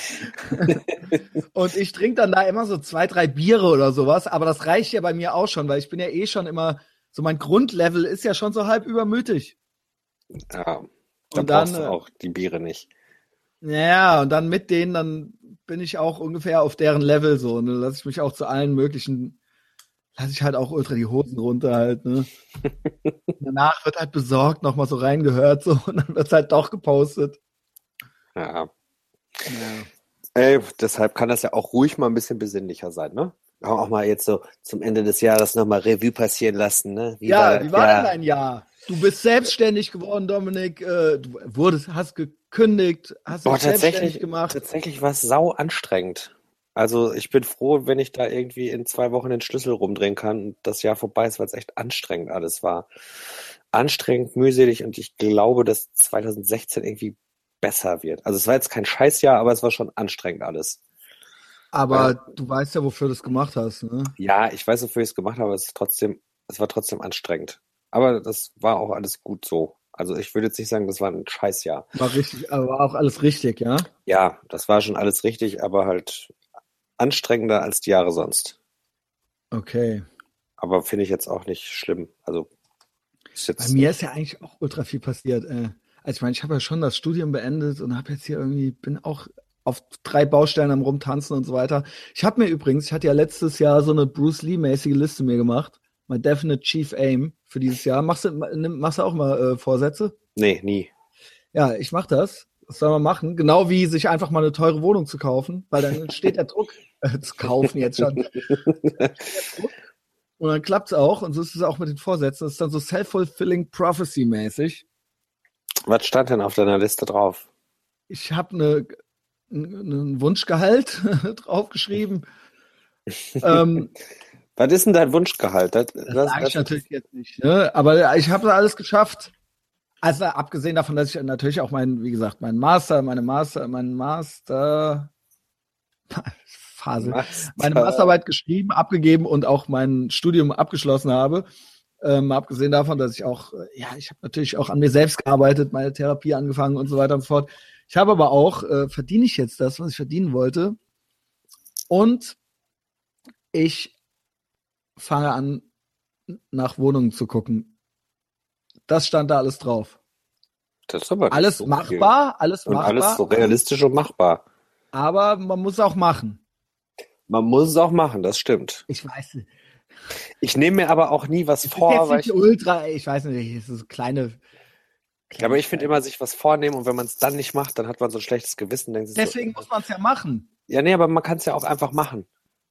Und ich trinke dann da immer so 2, 3 Biere oder sowas, aber das reicht ja bei mir auch schon, weil ich bin ja eh schon immer, so mein Grundlevel ist ja schon so halb übermütig. Ja, dann brauchst du auch die Biere nicht. Ja, und dann mit denen, dann bin ich auch ungefähr auf deren Level so. Und dann lasse ich mich auch zu allen möglichen lasse ich halt auch ultra die Hosen runter halt, ne? Danach wird halt besorgt nochmal so reingehört so und dann wird's halt doch gepostet. Ja. Ja. Ey, deshalb kann das ja auch ruhig mal ein bisschen besinnlicher sein, ne? Auch mal jetzt so zum Ende des Jahres nochmal Revue passieren lassen, ne? Wie war denn dein Jahr? Du bist selbstständig geworden, Dominik. Du hast gekündigt, hast dich selbstständig gemacht. Tatsächlich war es sau anstrengend. Also ich bin froh, wenn ich da irgendwie in 2 Wochen den Schlüssel rumdrehen kann und das Jahr vorbei ist, weil es echt anstrengend alles war. Anstrengend, mühselig und ich glaube, dass 2016 irgendwie besser wird. Also es war jetzt kein Scheißjahr, aber es war schon anstrengend alles. Aber du weißt ja, wofür du es gemacht hast, ne? Ja, ich weiß, wofür ich es gemacht habe, es war trotzdem anstrengend. Aber das war auch alles gut so. Also ich würde jetzt nicht sagen, das war ein Scheißjahr. War richtig, aber war auch alles richtig, ja? Ja, das war schon alles richtig, aber halt anstrengender als die Jahre sonst. Okay. Aber finde ich jetzt auch nicht schlimm. Also ist Bei jetzt mir ist ja eigentlich auch ultra viel passiert. Also ich meine, ich habe ja schon das Studium beendet und habe jetzt hier irgendwie, bin auch auf 3 Baustellen am Rumtanzen und so weiter. Ich hatte ja letztes Jahr so eine Bruce Lee-mäßige Liste mir gemacht. My Definite Chief Aim für dieses Jahr. Machst du auch mal Vorsätze? nee, nie. Ja, ich mach das. Das soll man machen. Genau wie sich einfach mal eine teure Wohnung zu kaufen, weil dann entsteht der Druck, zu kaufen jetzt schon. Und dann klappt's auch. Und so ist es auch mit den Vorsätzen. Das ist dann so self-fulfilling prophecy-mäßig. Was stand denn auf deiner Liste drauf? Ich habe einen Wunschgehalt draufgeschrieben. Was ist denn dein Wunschgehalt? Das sage ich natürlich jetzt nicht. Ne? Aber ich habe alles geschafft. Also abgesehen davon, dass ich natürlich auch meine Masterarbeit geschrieben, abgegeben und auch mein Studium abgeschlossen habe. Abgesehen davon, dass ich auch, ich habe natürlich auch an mir selbst gearbeitet, meine Therapie angefangen und so weiter und so fort. Ich habe aber auch, verdiene ich jetzt das, was ich verdienen wollte. Und ich fange an, nach Wohnungen zu gucken. Das stand da alles drauf. Das ist aber alles so machbar, alles und machbar. alles so realistisch und machbar. Aber man muss es auch machen. Man muss es auch machen, das stimmt. Ich weiß nicht. Ich nehme mir aber auch nie was vor, weil ich weiß nicht, es ist so kleine. Ja, aber ich finde immer, sich was vornehmen und wenn man es dann nicht macht, dann hat man so ein schlechtes Gewissen. Deswegen muss man es ja machen. Ja, nee, aber man kann es ja auch einfach machen.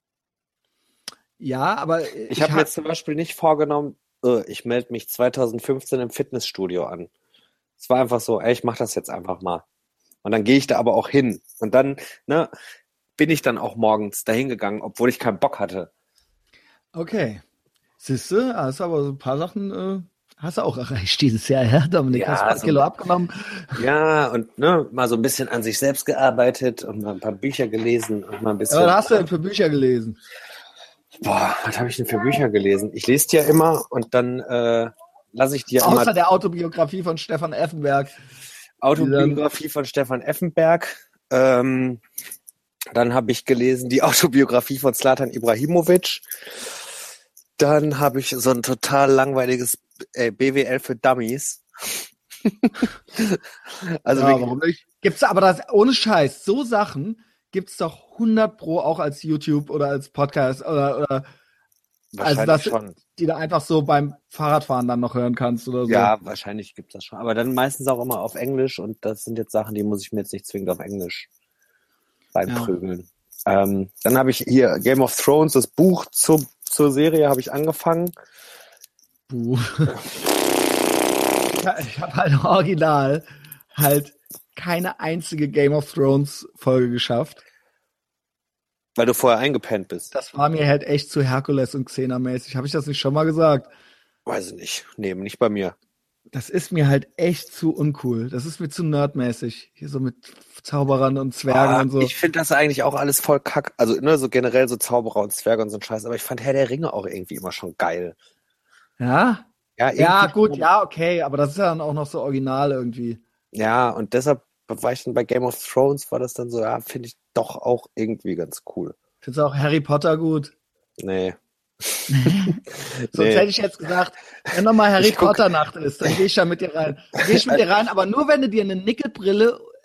Ja, aber ich habe mir jetzt zum Beispiel nicht vorgenommen, ich melde mich 2015 im Fitnessstudio an. Es war einfach so, ich mache das jetzt einfach mal. Und dann gehe ich da aber auch hin. Und dann bin ich dann auch morgens dahin gegangen, obwohl ich keinen Bock hatte. Okay. Siehst du, hast aber so ein paar Sachen hast du auch erreicht dieses Jahr, ja? Dominik, hast ein paar Kilo abgenommen. Ja, und mal so ein bisschen an sich selbst gearbeitet und mal ein paar Bücher gelesen und mal ein bisschen. Ja, was hast du denn für Bücher gelesen? Boah, was habe ich denn für Bücher gelesen? Ich lese die ja immer und dann lasse ich die ja immer. Außer der Autobiografie von Stefan Effenberg. Autobiografie von Stefan Effenberg. Dann habe ich gelesen die Autobiografie von Zlatan Ibrahimovic. Dann habe ich so ein total langweiliges BWL für Dummies. Also ja, warum nicht? Gibt's aber das ohne Scheiß, so Sachen gibt's doch 100 Pro auch als YouTube oder als Podcast oder wahrscheinlich also schon. Die da einfach so beim Fahrradfahren dann noch hören kannst oder so. Ja, wahrscheinlich gibt's das schon. Aber dann meistens auch immer auf Englisch und das sind jetzt Sachen, die muss ich mir jetzt nicht zwingend auf Englisch beiprügeln. Ja. Dann habe ich hier Game of Thrones, das Buch zur Serie habe ich angefangen. Ich habe halt original keine einzige Game of Thrones Folge geschafft. Weil du vorher eingepennt bist. Das war mir halt echt zu Herkules und Xena-mäßig. Habe ich das nicht schon mal gesagt? Weiß ich nicht. Nee, nicht bei mir. Das ist mir halt echt zu uncool. Das ist mir zu nerdmäßig. Hier so mit Zauberern und Zwergen und so. Ich finde das eigentlich auch alles voll kack. Also so generell so Zauberer und Zwerge und so ein Scheiß. Aber ich fand Herr der Ringe auch irgendwie immer schon geil. Ja? Ja, gut, ja, okay. Aber das ist ja dann auch noch so original irgendwie. Ja, und deshalb war ich dann bei Game of Thrones, war das dann so, finde ich doch auch irgendwie ganz cool. Findest du auch Harry Potter gut? Nee. Sonst hätte ich jetzt gesagt, wenn nochmal Harry Potter Nacht ist, dann gehe ich da mit dir rein. Aber nur wenn du dir eine Nickelbrille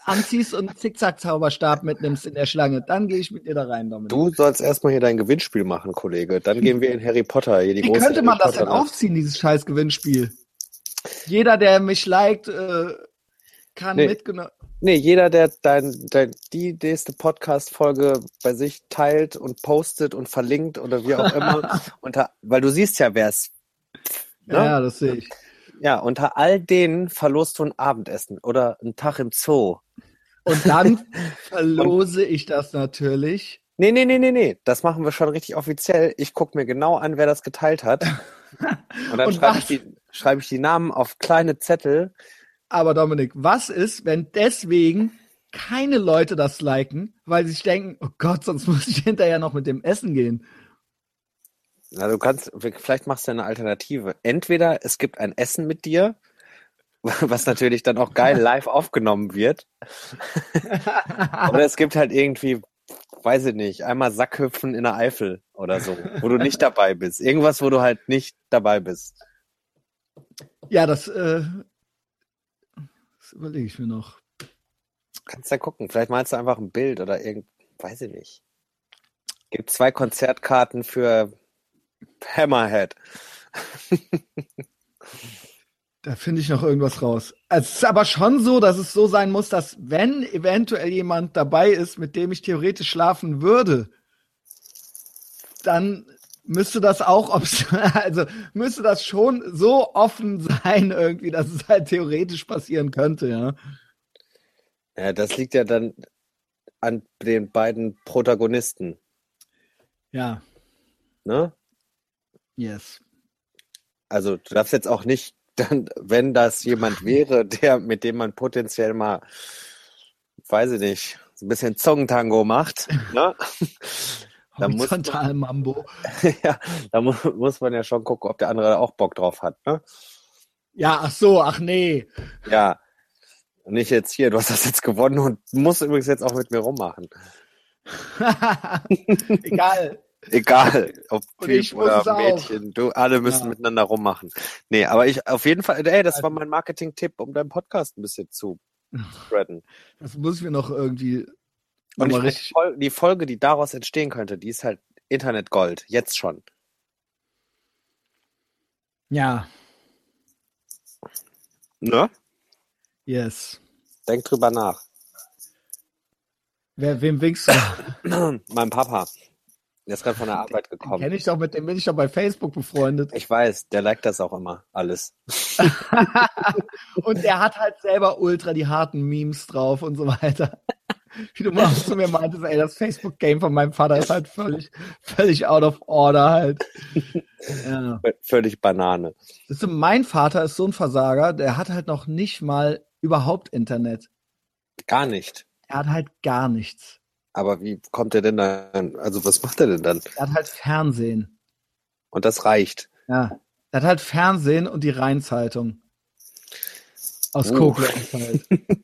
anziehst und einen Zickzack-Zauberstab mitnimmst in der Schlange, dann gehe ich mit dir da rein, Dominik. Du sollst erstmal hier dein Gewinnspiel machen, Kollege. Dann gehen wir in Harry Potter. Hier die Wie große könnte man Harry das denn Potter Nacht. aufziehen, dieses scheiß Gewinnspiel? Jeder, der mich liked, kann mitgenommen. Nee, jeder, der die nächste Podcast-Folge bei sich teilt und postet und verlinkt oder wie auch immer, weil du siehst ja, wer es. Ne? Ja, das sehe ich. Ja, unter all denen verlost du ein Abendessen oder einen Tag im Zoo. Und dann verlose ich das natürlich. Nee. Das machen wir schon richtig offiziell. Ich gucke mir genau an, wer das geteilt hat. Und dann schreibe ich die Namen auf kleine Zettel. Aber Dominik, was ist, wenn deswegen keine Leute das liken, weil sie sich denken, oh Gott, sonst muss ich hinterher noch mit dem Essen gehen? Na, vielleicht machst du eine Alternative. Entweder es gibt ein Essen mit dir, was natürlich dann auch geil live aufgenommen wird. Oder es gibt halt irgendwie, weiß ich nicht, einmal Sackhüpfen in der Eifel oder so, wo du nicht dabei bist. Irgendwas, wo du halt nicht dabei bist. Ja, das überlege ich mir noch. Kannst ja gucken. Vielleicht malst du einfach ein Bild oder weiß ich nicht. Gibt 2 Konzertkarten für Hammerhead. Da finde ich noch irgendwas raus. Es ist aber schon so, dass es so sein muss, dass wenn eventuell jemand dabei ist, mit dem ich theoretisch schlafen würde, dann müsste das auch, müsste das schon so offen sein irgendwie, dass es halt theoretisch passieren könnte, ja. Ja, das liegt ja dann an den beiden Protagonisten. Ja. Ne? Yes. Also du darfst jetzt auch nicht dann, wenn das jemand wäre, mit dem man potenziell mal, weiß ich nicht, so ein bisschen Zungentango macht, ne? Horizontal Mambo. Ja, da muss man ja schon gucken, ob der andere auch Bock drauf hat, ne? Ja, ach nee. Ja, nicht jetzt hier, du hast das jetzt gewonnen und musst übrigens jetzt auch mit mir rummachen. Egal, ob Typ oder Mädchen, alle müssen miteinander rummachen. Nee, aber ich auf jeden Fall, das war mein Marketing-Tipp, um deinen Podcast ein bisschen zu spreaden. Das muss ich mir noch irgendwie. Und die Folge, die daraus entstehen könnte, die ist halt Internetgold, jetzt schon. Ja. Ne? Yes. Denk drüber nach. Wem winkst du? Mein Papa. Der ist gerade von der Arbeit gekommen. Mit dem bin ich doch bei Facebook befreundet. Ich weiß, der liked das auch immer, alles. Und der hat halt selber ultra die harten Memes drauf und so weiter. Wie du mal zu mir meintest, das Facebook-Game von meinem Vater ist halt völlig out of order halt. Ja. Völlig Banane. Mein Vater ist so ein Versager, der hat halt noch nicht mal überhaupt Internet. Gar nicht. Er hat halt gar nichts. Aber wie kommt er denn dann? Also was macht er denn dann? Er hat halt Fernsehen. Und das reicht. Ja. Er hat halt Fernsehen und die Rhein-Zeitung. Aus Koblenz halt.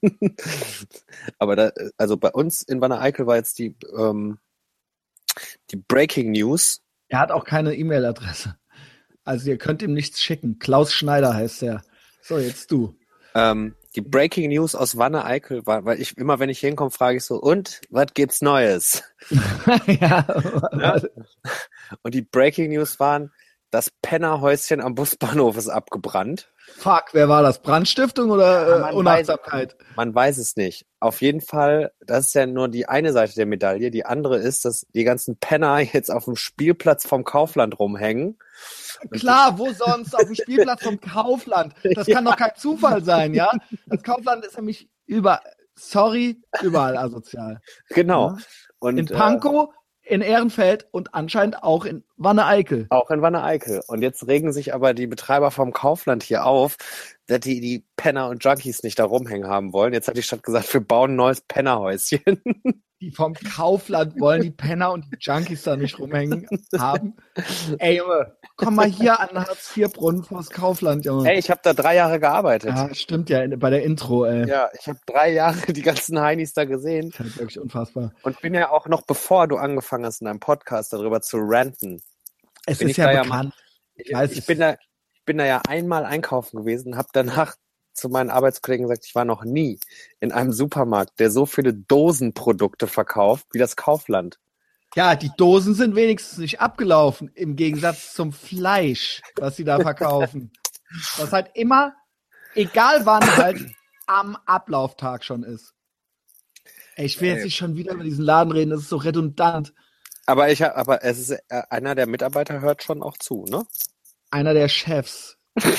Aber also bei uns in Wanne-Eickel war jetzt die Breaking News. Er hat auch keine E-Mail-Adresse. Also ihr könnt ihm nichts schicken. Klaus Schneider heißt er. So, jetzt du. Die Breaking News aus Wanne-Eickel war, weil immer wenn ich hinkomme, frage ich so, und, was gibt's Neues? Ja. Und die Breaking News waren, das Pennerhäuschen am Busbahnhof ist abgebrannt. Fuck, wer war das? Brandstiftung oder Unachtsamkeit? Man weiß es nicht. Auf jeden Fall, das ist ja nur die eine Seite der Medaille. Die andere ist, dass die ganzen Penner jetzt auf dem Spielplatz vom Kaufland rumhängen. Klar, wo sonst? Auf dem Spielplatz vom Kaufland. Das kann doch kein Zufall sein, ja? Das Kaufland ist nämlich überall asozial. Genau. Ja? Und, in Pankow, in Ehrenfeld und anscheinend auch in Wanne-Eickel. Auch in Wanne-Eickel. Und jetzt regen sich aber die Betreiber vom Kaufland hier auf, dass die Penner und Junkies nicht da rumhängen haben wollen. Jetzt hat die Stadt gesagt, wir bauen ein neues Pennerhäuschen. Die vom Kaufland wollen die Penner und die Junkies da nicht rumhängen haben. Ey, Junge, komm mal hier an den Hartz-IV-Brunnen vors Kaufland, Junge. Ey, ich habe da 3 Jahre gearbeitet. Ja, stimmt ja, bei der Intro, ey. Ja, ich habe 3 Jahre die ganzen Heinis da gesehen. Das ist halt wirklich unfassbar. Und bin ja auch noch, bevor du angefangen hast, in deinem Podcast darüber zu ranten. Es ist ja bekannt. Ich bin da ja einmal einkaufen gewesen, habe danach zu meinen Arbeitskollegen gesagt, ich war noch nie in einem Supermarkt, der so viele Dosenprodukte verkauft wie das Kaufland. Ja, die Dosen sind wenigstens nicht abgelaufen, im Gegensatz zum Fleisch, was sie da verkaufen. Was halt immer, egal wann, halt am Ablauftag schon ist. Ey, ich will jetzt nicht schon wieder über diesen Laden reden, das ist so redundant. Aber es ist, einer der Mitarbeiter hört schon auch zu, ne? Einer der Chefs.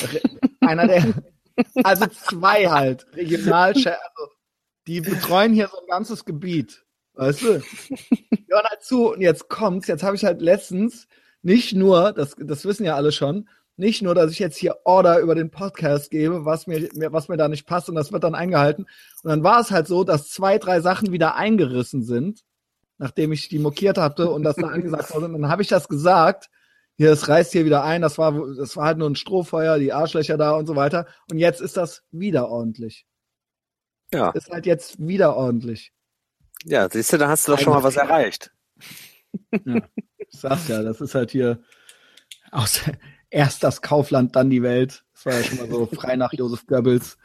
Also 2 halt, Regionalchefs, also die betreuen hier so ein ganzes Gebiet. Weißt du? Die hören halt zu und jetzt habe ich halt letztens nicht nur, das wissen ja alle schon, nicht nur, dass ich jetzt hier Order über den Podcast gebe, was mir da nicht passt und das wird dann eingehalten. Und dann war es halt so, dass 2, 3 Sachen wieder eingerissen sind, nachdem ich die mokiert hatte und das da angesagt wurde. Und dann habe ich das gesagt, hier, es reißt hier wieder ein, das war halt nur ein Strohfeuer, die Arschlöcher da und so weiter. Und jetzt ist das wieder ordentlich. Ja. Ist halt jetzt wieder ordentlich. Ja, siehst du, da hast du doch schon mal was erreicht. Ja, ich sag's ja, das ist halt hier erst das Kaufland, dann die Welt. Das war ja schon mal so frei nach Joseph Goebbels.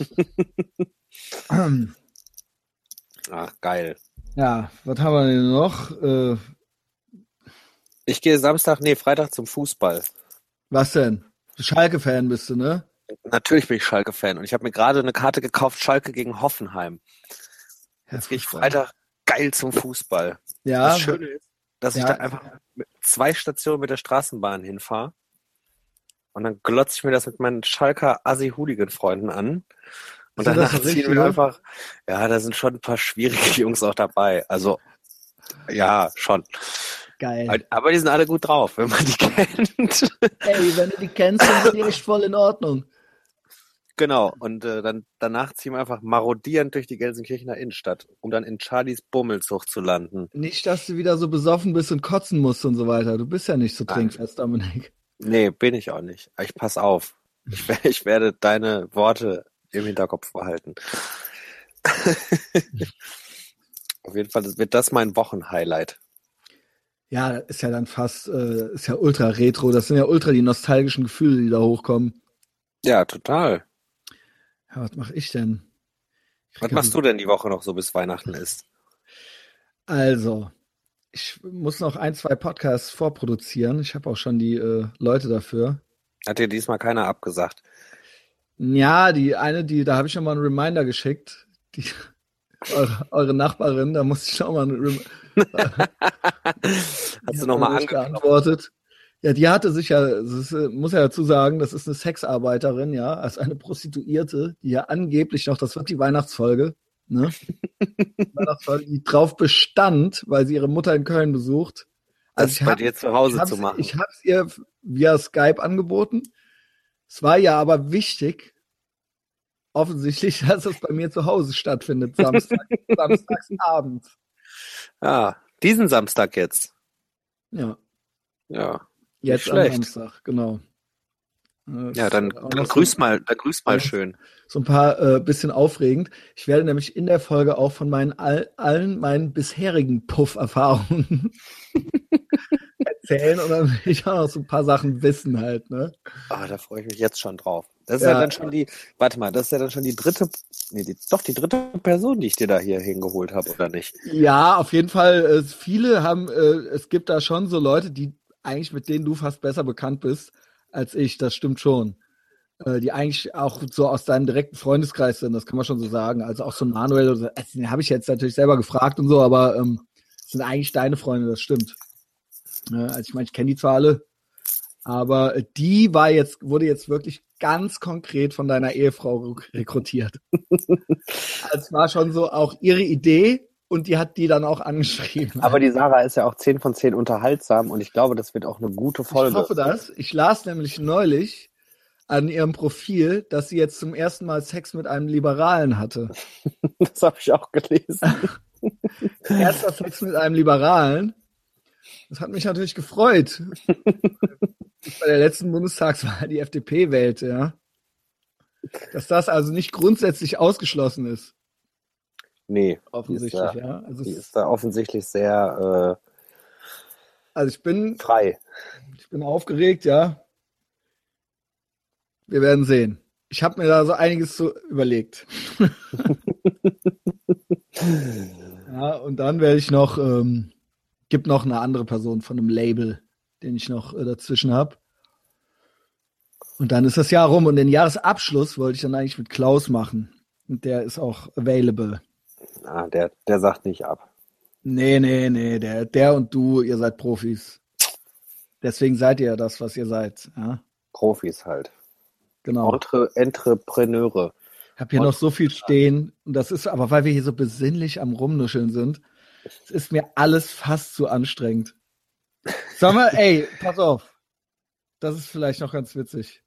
Geil. Ja, was haben wir denn noch? Ich gehe Freitag zum Fußball. Was denn? Schalke-Fan bist du, ne? Natürlich bin ich Schalke-Fan und ich habe mir gerade eine Karte gekauft, Schalke gegen Hoffenheim. Jetzt gehe ich Freitag geil zum Fußball. Ja. Das Schöne ist, dass ich da einfach mit 2 Stationen mit der Straßenbahn hinfahre und dann glotze ich mir das mit meinen Schalker Assi-Hooligan-Freunden an und danach ziehen wir einfach, ja, da sind schon ein paar schwierige Jungs auch dabei. Also, ja, schon. Geil. Aber die sind alle gut drauf, wenn man die kennt. Ey, wenn du die kennst, dann sind die echt voll in Ordnung. Genau, und dann danach ziehen wir einfach marodierend durch die Gelsenkirchener Innenstadt, um dann in Charlies Bummelzug zu landen. Nicht, dass du wieder so besoffen bist und kotzen musst und so weiter. Du bist ja nicht so trinkfest, Dominik. Nee, bin ich auch nicht. Ich pass auf. Ich werde deine Worte im Hinterkopf behalten. Auf jeden Fall wird das mein Wochenhighlight. Ja, ist ja dann fast, ist ja ultra retro. Das sind ja ultra die nostalgischen Gefühle, die da hochkommen. Ja, total. Ja, was mache ich denn? Was machst du denn die Woche noch so, bis Weihnachten ist? Also, ich muss noch 1, 2 Podcasts vorproduzieren. Ich habe auch schon die Leute dafür. Hat dir diesmal keiner abgesagt? Ja, da habe ich schon mal einen Reminder geschickt. Eure Nachbarin, da musste ich schon mal einen Hast du nochmal geantwortet? Ja, die hatte sich ja, muss ja dazu sagen, das ist eine Sexarbeiterin, ja, als eine Prostituierte, die ja angeblich noch, das wird die Weihnachtsfolge, ne? Weihnachtsfolge, die drauf bestand, weil sie ihre Mutter in Köln besucht. Also bei dir zu Hause zu machen. Ich habe es ihr via Skype angeboten. Es war ja aber wichtig, offensichtlich, dass es bei mir zu Hause stattfindet, samstagsabends. Ja, diesen Samstag jetzt. Ja. Ja. Jetzt am Samstag, genau. Ja, dann grüß mal schön. So ein paar bisschen aufregend. Ich werde nämlich in der Folge auch von allen meinen bisherigen Puff-Erfahrungen erzählen und dann will ich auch noch so ein paar Sachen wissen halt, ne? Da freue ich mich jetzt schon drauf. Das ist ja dann schon die dritte, die dritte Person, die ich dir da hier hingeholt habe, oder nicht? Ja, auf jeden Fall. Viele haben, es gibt da schon so Leute, die eigentlich mit denen du fast besser bekannt bist als ich, das stimmt schon. Die eigentlich auch so aus deinem direkten Freundeskreis sind, das kann man schon so sagen. Also auch so ein Manuel, also, den habe ich jetzt natürlich selber gefragt und so, aber sind eigentlich deine Freunde, das stimmt. Also ich meine, ich kenne die zwar alle, aber die wurde jetzt wirklich ganz konkret von deiner Ehefrau rekrutiert. Es war schon so auch ihre Idee und die hat die dann auch angeschrieben. Aber die Sarah ist ja auch 10 von 10 unterhaltsam und ich glaube, das wird auch eine gute Folge. Ich hoffe das. Ich las nämlich neulich an ihrem Profil, dass sie jetzt zum ersten Mal Sex mit einem Liberalen hatte. Das habe ich auch gelesen. Erster Sex mit einem Liberalen. Das hat mich natürlich gefreut. Bei der letzten Bundestagswahl die FDP wählte, ja. Dass das also nicht grundsätzlich ausgeschlossen ist. Nee. Offensichtlich, ja. Also die ist da offensichtlich sehr also ich bin frei. Ich bin aufgeregt, ja. Wir werden sehen. Ich habe mir da so einiges so überlegt. Ja, und dann werde ich noch, gibt noch eine andere Person von einem Label, den ich noch dazwischen habe. Und dann ist das Jahr rum und den Jahresabschluss wollte ich dann eigentlich mit Klaus machen. Und der ist auch available. Ah, der sagt nicht ab. Nee, der und du, ihr seid Profis. Deswegen seid ihr ja das, was ihr seid. Ja? Profis halt. Genau. Entrepreneure. Ich habe hier noch so viel stehen. Und das ist aber, weil wir hier so besinnlich am Rumnuscheln sind, es ist mir alles fast zu anstrengend. Sag mal, ey, pass auf. Das ist vielleicht noch ganz witzig.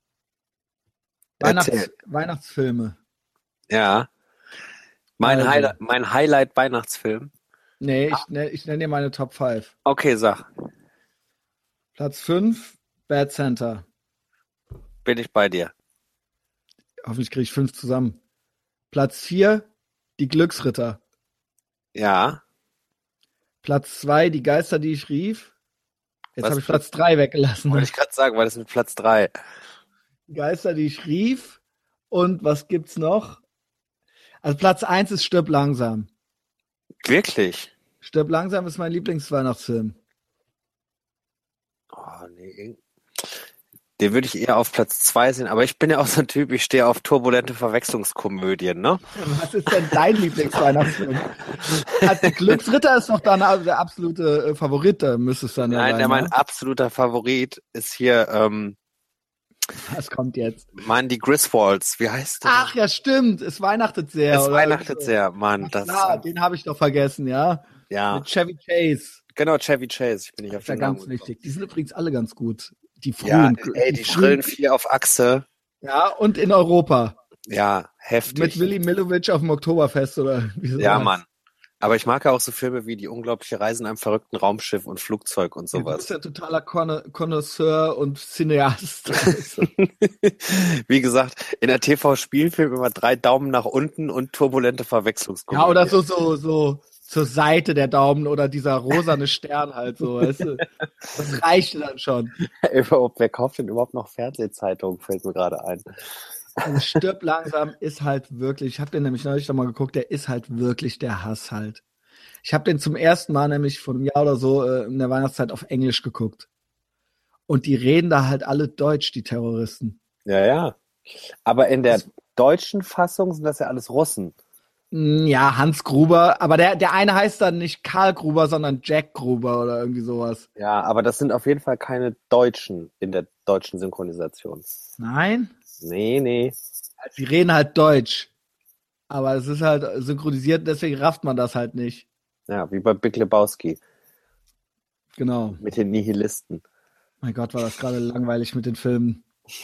Weihnachtsfilme. Ja. Mein Also. Highlight-Weihnachtsfilm. Nee, ich nenne dir meine Top 5. Okay, sag. Platz 5, Bad Santa. Bin ich bei dir. Hoffentlich kriege ich 5 zusammen. Platz 4, Die Glücksritter. Ja. Platz 2, Die Geister, die ich rief. Jetzt Was habe ich Platz 3 weggelassen. Wollte ich gerade sagen, weil das ist mit Platz 3. Die Geister, die ich rief. Und was gibt's noch? Also Platz 1 ist Stirb langsam. Wirklich? Stirb langsam ist mein Lieblingsweihnachtsfilm. Oh, nee. Den würde ich eher auf Platz 2 sehen, aber ich bin ja auch so ein Typ, ich stehe auf turbulente Verwechslungskomödien, ne? Was ist denn dein Lieblingsweihnachtsfilm? Also Glücksritter ist doch dann der absolute Favorit, da müsste es dann ja sein. Nein, mein absoluter Favorit ist hier, was kommt jetzt? Mann, die Griswolds, wie heißt der? Ach ja, stimmt, es weihnachtet sehr. Es weihnachtet sehr, Mann. Das klar, den habe ich doch vergessen, ja? Ja. Mit Chevy Chase. Genau, Chevy Chase. Ich bin nicht auf Das ist ja den Namen ganz wichtig. Die sind übrigens alle ganz gut. Die Ja, frühen. die schrillen 4 auf Achse. Ja, und in Europa. Ja, heftig. Mit Willy Millowitsch auf dem Oktoberfest oder wie so. Ja, Mann. Aber ich mag ja auch so Filme wie Die unglaubliche Reise in einem verrückten Raumschiff und Flugzeug und Du sowas. bist ja totaler Connoisseur und Cineast. Wie gesagt, in der TV-Spielfilm immer 3 Daumen nach unten und turbulente Verwechslungskomödie. Ja, oder so zur Seite der Daumen oder dieser rosane Stern halt so, weißt du? Das reicht dann schon. Wer kauft denn überhaupt noch Fernsehzeitungen, fällt mir gerade ein. Also Stirb langsam ist halt wirklich, ich habe den nämlich neulich nochmal geguckt, der ist halt wirklich der Hass halt. Ich habe den zum ersten Mal nämlich vor einem Jahr oder so in der Weihnachtszeit auf Englisch geguckt. Und die reden da halt alle Deutsch, die Terroristen. Ja. Aber in der deutschen Fassung sind das ja alles Russen. Ja, Hans Gruber, aber der eine heißt dann nicht Karl Gruber, sondern Jack Gruber oder irgendwie sowas. Ja, aber das sind auf jeden Fall keine Deutschen in der deutschen Synchronisation. Nein? Nee. Sie reden halt Deutsch. Aber es ist halt synchronisiert, deswegen rafft man das halt nicht. Ja, wie bei Big Lebowski. Genau. Mit den Nihilisten. Mein Gott, war das gerade langweilig mit den Filmen.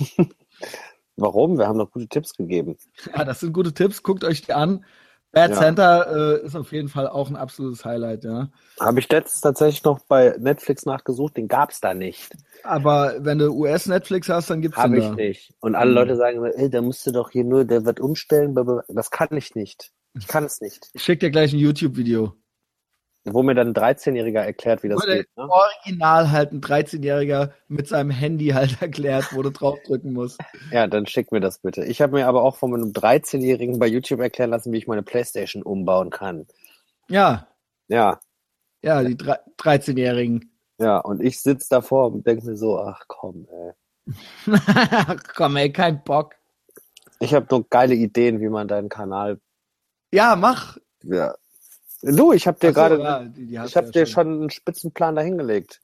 Warum? Wir haben noch gute Tipps gegeben. Ja, das sind gute Tipps. Guckt euch die an. Bad Santa ist auf jeden Fall auch ein absolutes Highlight, ja. Habe ich letztens tatsächlich noch bei Netflix nachgesucht, den gab's da nicht. Aber wenn du US-Netflix hast, dann gibt's den da. Habe ich nicht. Und alle Leute sagen, ey, da musst du doch hier nur, der wird umstellen. Das kann ich nicht. Ich kann es nicht. Ich schick dir gleich ein YouTube-Video. Wo mir dann ein 13-Jähriger erklärt, wie das geht. Ne? Original halt ein 13-Jähriger mit seinem Handy halt erklärt, wo du draufdrücken musst. Ja, dann schick mir das bitte. Ich habe mir aber auch von einem 13-Jährigen bei YouTube erklären lassen, wie ich meine Playstation umbauen kann. Ja. Ja. Ja, die 13-Jährigen. Ja, und ich sitze davor und denke mir so, ach komm, ey. Komm, ey, kein Bock. Ich habe nur geile Ideen, wie man deinen Kanal... Ja, mach. Ja. Du, ich habe dir gerade... Ja, ich habe dir schon einen Spitzenplan dahingelegt.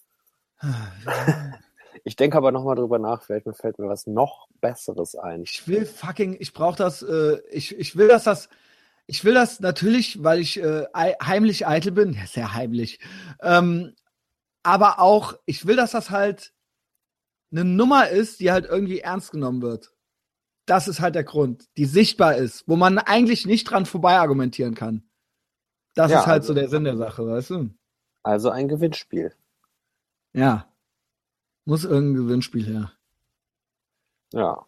Ich denke aber nochmal drüber nach, vielleicht fällt mir was noch Besseres ein. Ich brauche das, ich will das natürlich, weil ich heimlich eitel bin, ja, sehr heimlich, aber auch, ich will, dass das halt eine Nummer ist, die halt irgendwie ernst genommen wird. Das ist halt der Grund, die sichtbar ist, wo man eigentlich nicht dran vorbei argumentieren kann. Das ist halt so der Sinn der Sache, weißt du? Also ein Gewinnspiel. Ja. Muss irgendein Gewinnspiel her. Ja.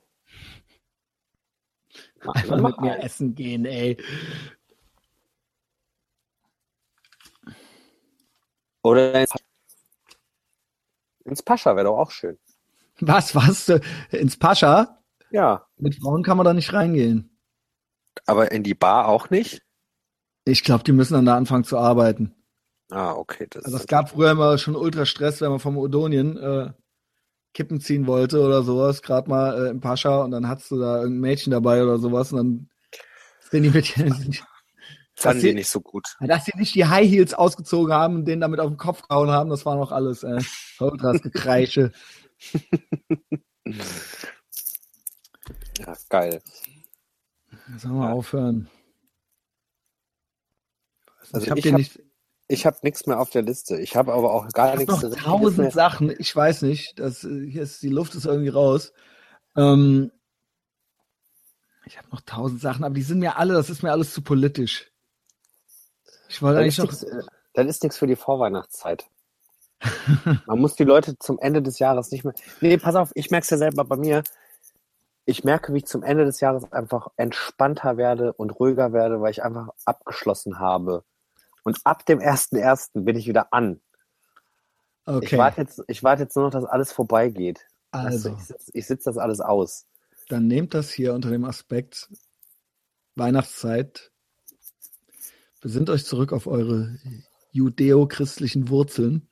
Einfach mit mir essen gehen, ey. Oder ins Pascha wäre doch auch schön. Was? Ins Pascha? Ja, Mit Frauen kann man da nicht reingehen. aber in die Bar auch nicht? Ich glaube, die müssen dann da anfangen zu arbeiten. Ah, okay. Das Also ist es gab früher immer schon ultra Stress, wenn man vom Odonien Kippen ziehen wollte oder sowas, gerade mal im Pascha und dann hattest du da irgendein Mädchen dabei oder sowas und dann sind die mit fanden die nicht so gut. dass sie nicht die High Heels ausgezogen haben und den damit auf den Kopf gehauen haben, das war noch alles ultras Gekreische. Ja, geil. Sollen wir aufhören? Also ich habe dir nicht. Ich habe nichts mehr auf der Liste. Ich habe aber auch gar Ich nichts habe noch 1000 Sachen. Ich weiß nicht. Hier ist die Luft ist irgendwie raus. Ich habe noch 1000 Sachen, aber die sind mir alle. Das ist mir alles zu politisch. Ich wollte eigentlich noch. Dann ist nichts für die Vorweihnachtszeit. Man muss die Leute zum Ende des Jahres nicht mehr. Nee, pass auf. Ich merke es ja selber bei mir. Ich merke, wie ich zum Ende des Jahres einfach entspannter werde und ruhiger werde, weil ich einfach abgeschlossen habe. Und ab dem 1.1. bin ich wieder an. Okay. Ich warte jetzt nur noch, dass alles vorbeigeht. Also. Weißt du, ich sitze das alles aus. Dann nehmt das hier unter dem Aspekt Weihnachtszeit. Besinnt euch zurück auf eure judäo-christlichen Wurzeln.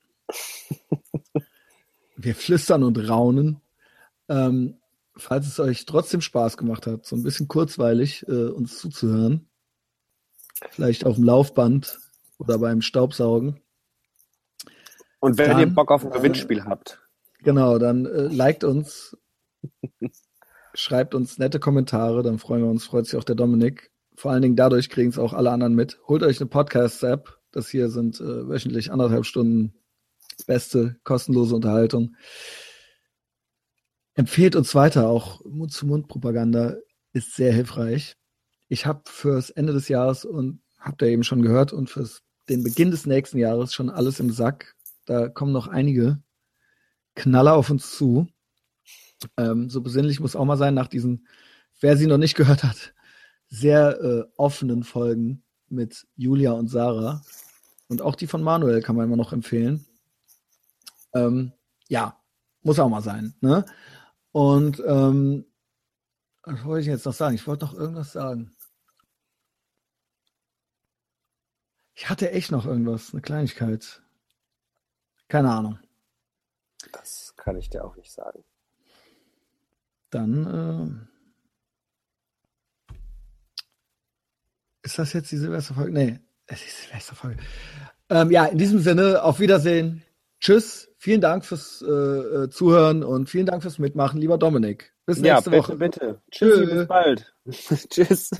Wir flüstern und raunen. Falls es euch trotzdem Spaß gemacht hat, so ein bisschen kurzweilig uns zuzuhören, vielleicht auf dem Laufband oder beim Staubsaugen. Und wenn ihr Bock auf ein Gewinnspiel habt. Genau, dann liked uns, schreibt uns nette Kommentare, dann freuen wir uns, freut sich auch der Dominik. Vor allen Dingen dadurch kriegen es auch alle anderen mit. Holt euch eine Podcast-App. Das hier sind wöchentlich 1,5 Stunden beste, kostenlose Unterhaltung. Empfehlt uns weiter, auch Mund-zu-Mund-Propaganda ist sehr hilfreich. Ich habe fürs Ende des Jahres und habt ihr eben schon gehört und für den Beginn des nächsten Jahres schon alles im Sack. Da kommen noch einige Knaller auf uns zu. So besinnlich muss auch mal sein, nach diesen, wer sie noch nicht gehört hat, sehr offenen Folgen mit Julia und Sarah. Und auch die von Manuel kann man immer noch empfehlen. Ja, muss auch mal sein. Ne? Und was wollte ich jetzt noch sagen? Ich wollte noch irgendwas sagen. Ich hatte echt noch irgendwas, eine Kleinigkeit. Keine Ahnung. Das kann ich dir auch nicht sagen. Dann ist das jetzt die Silvesterfolge? Nee, es ist die Silvesterfolge. Ja, in diesem Sinne, auf Wiedersehen. Tschüss. Vielen Dank fürs Zuhören und vielen Dank fürs Mitmachen, lieber Dominik. Bis nächste Woche. Bitte. Tschüss, bis bald. Tschüss.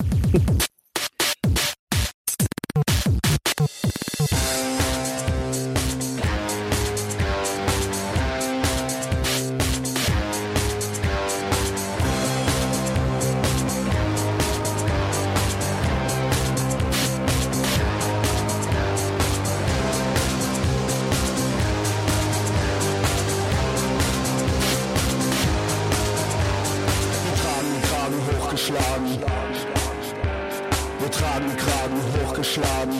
Wir tragen Kragen hochgeschlagen.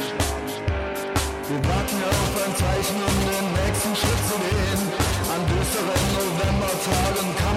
Wir warten auf ein Zeichen, um den nächsten Schritt zu gehen. An düsteren Novembertagen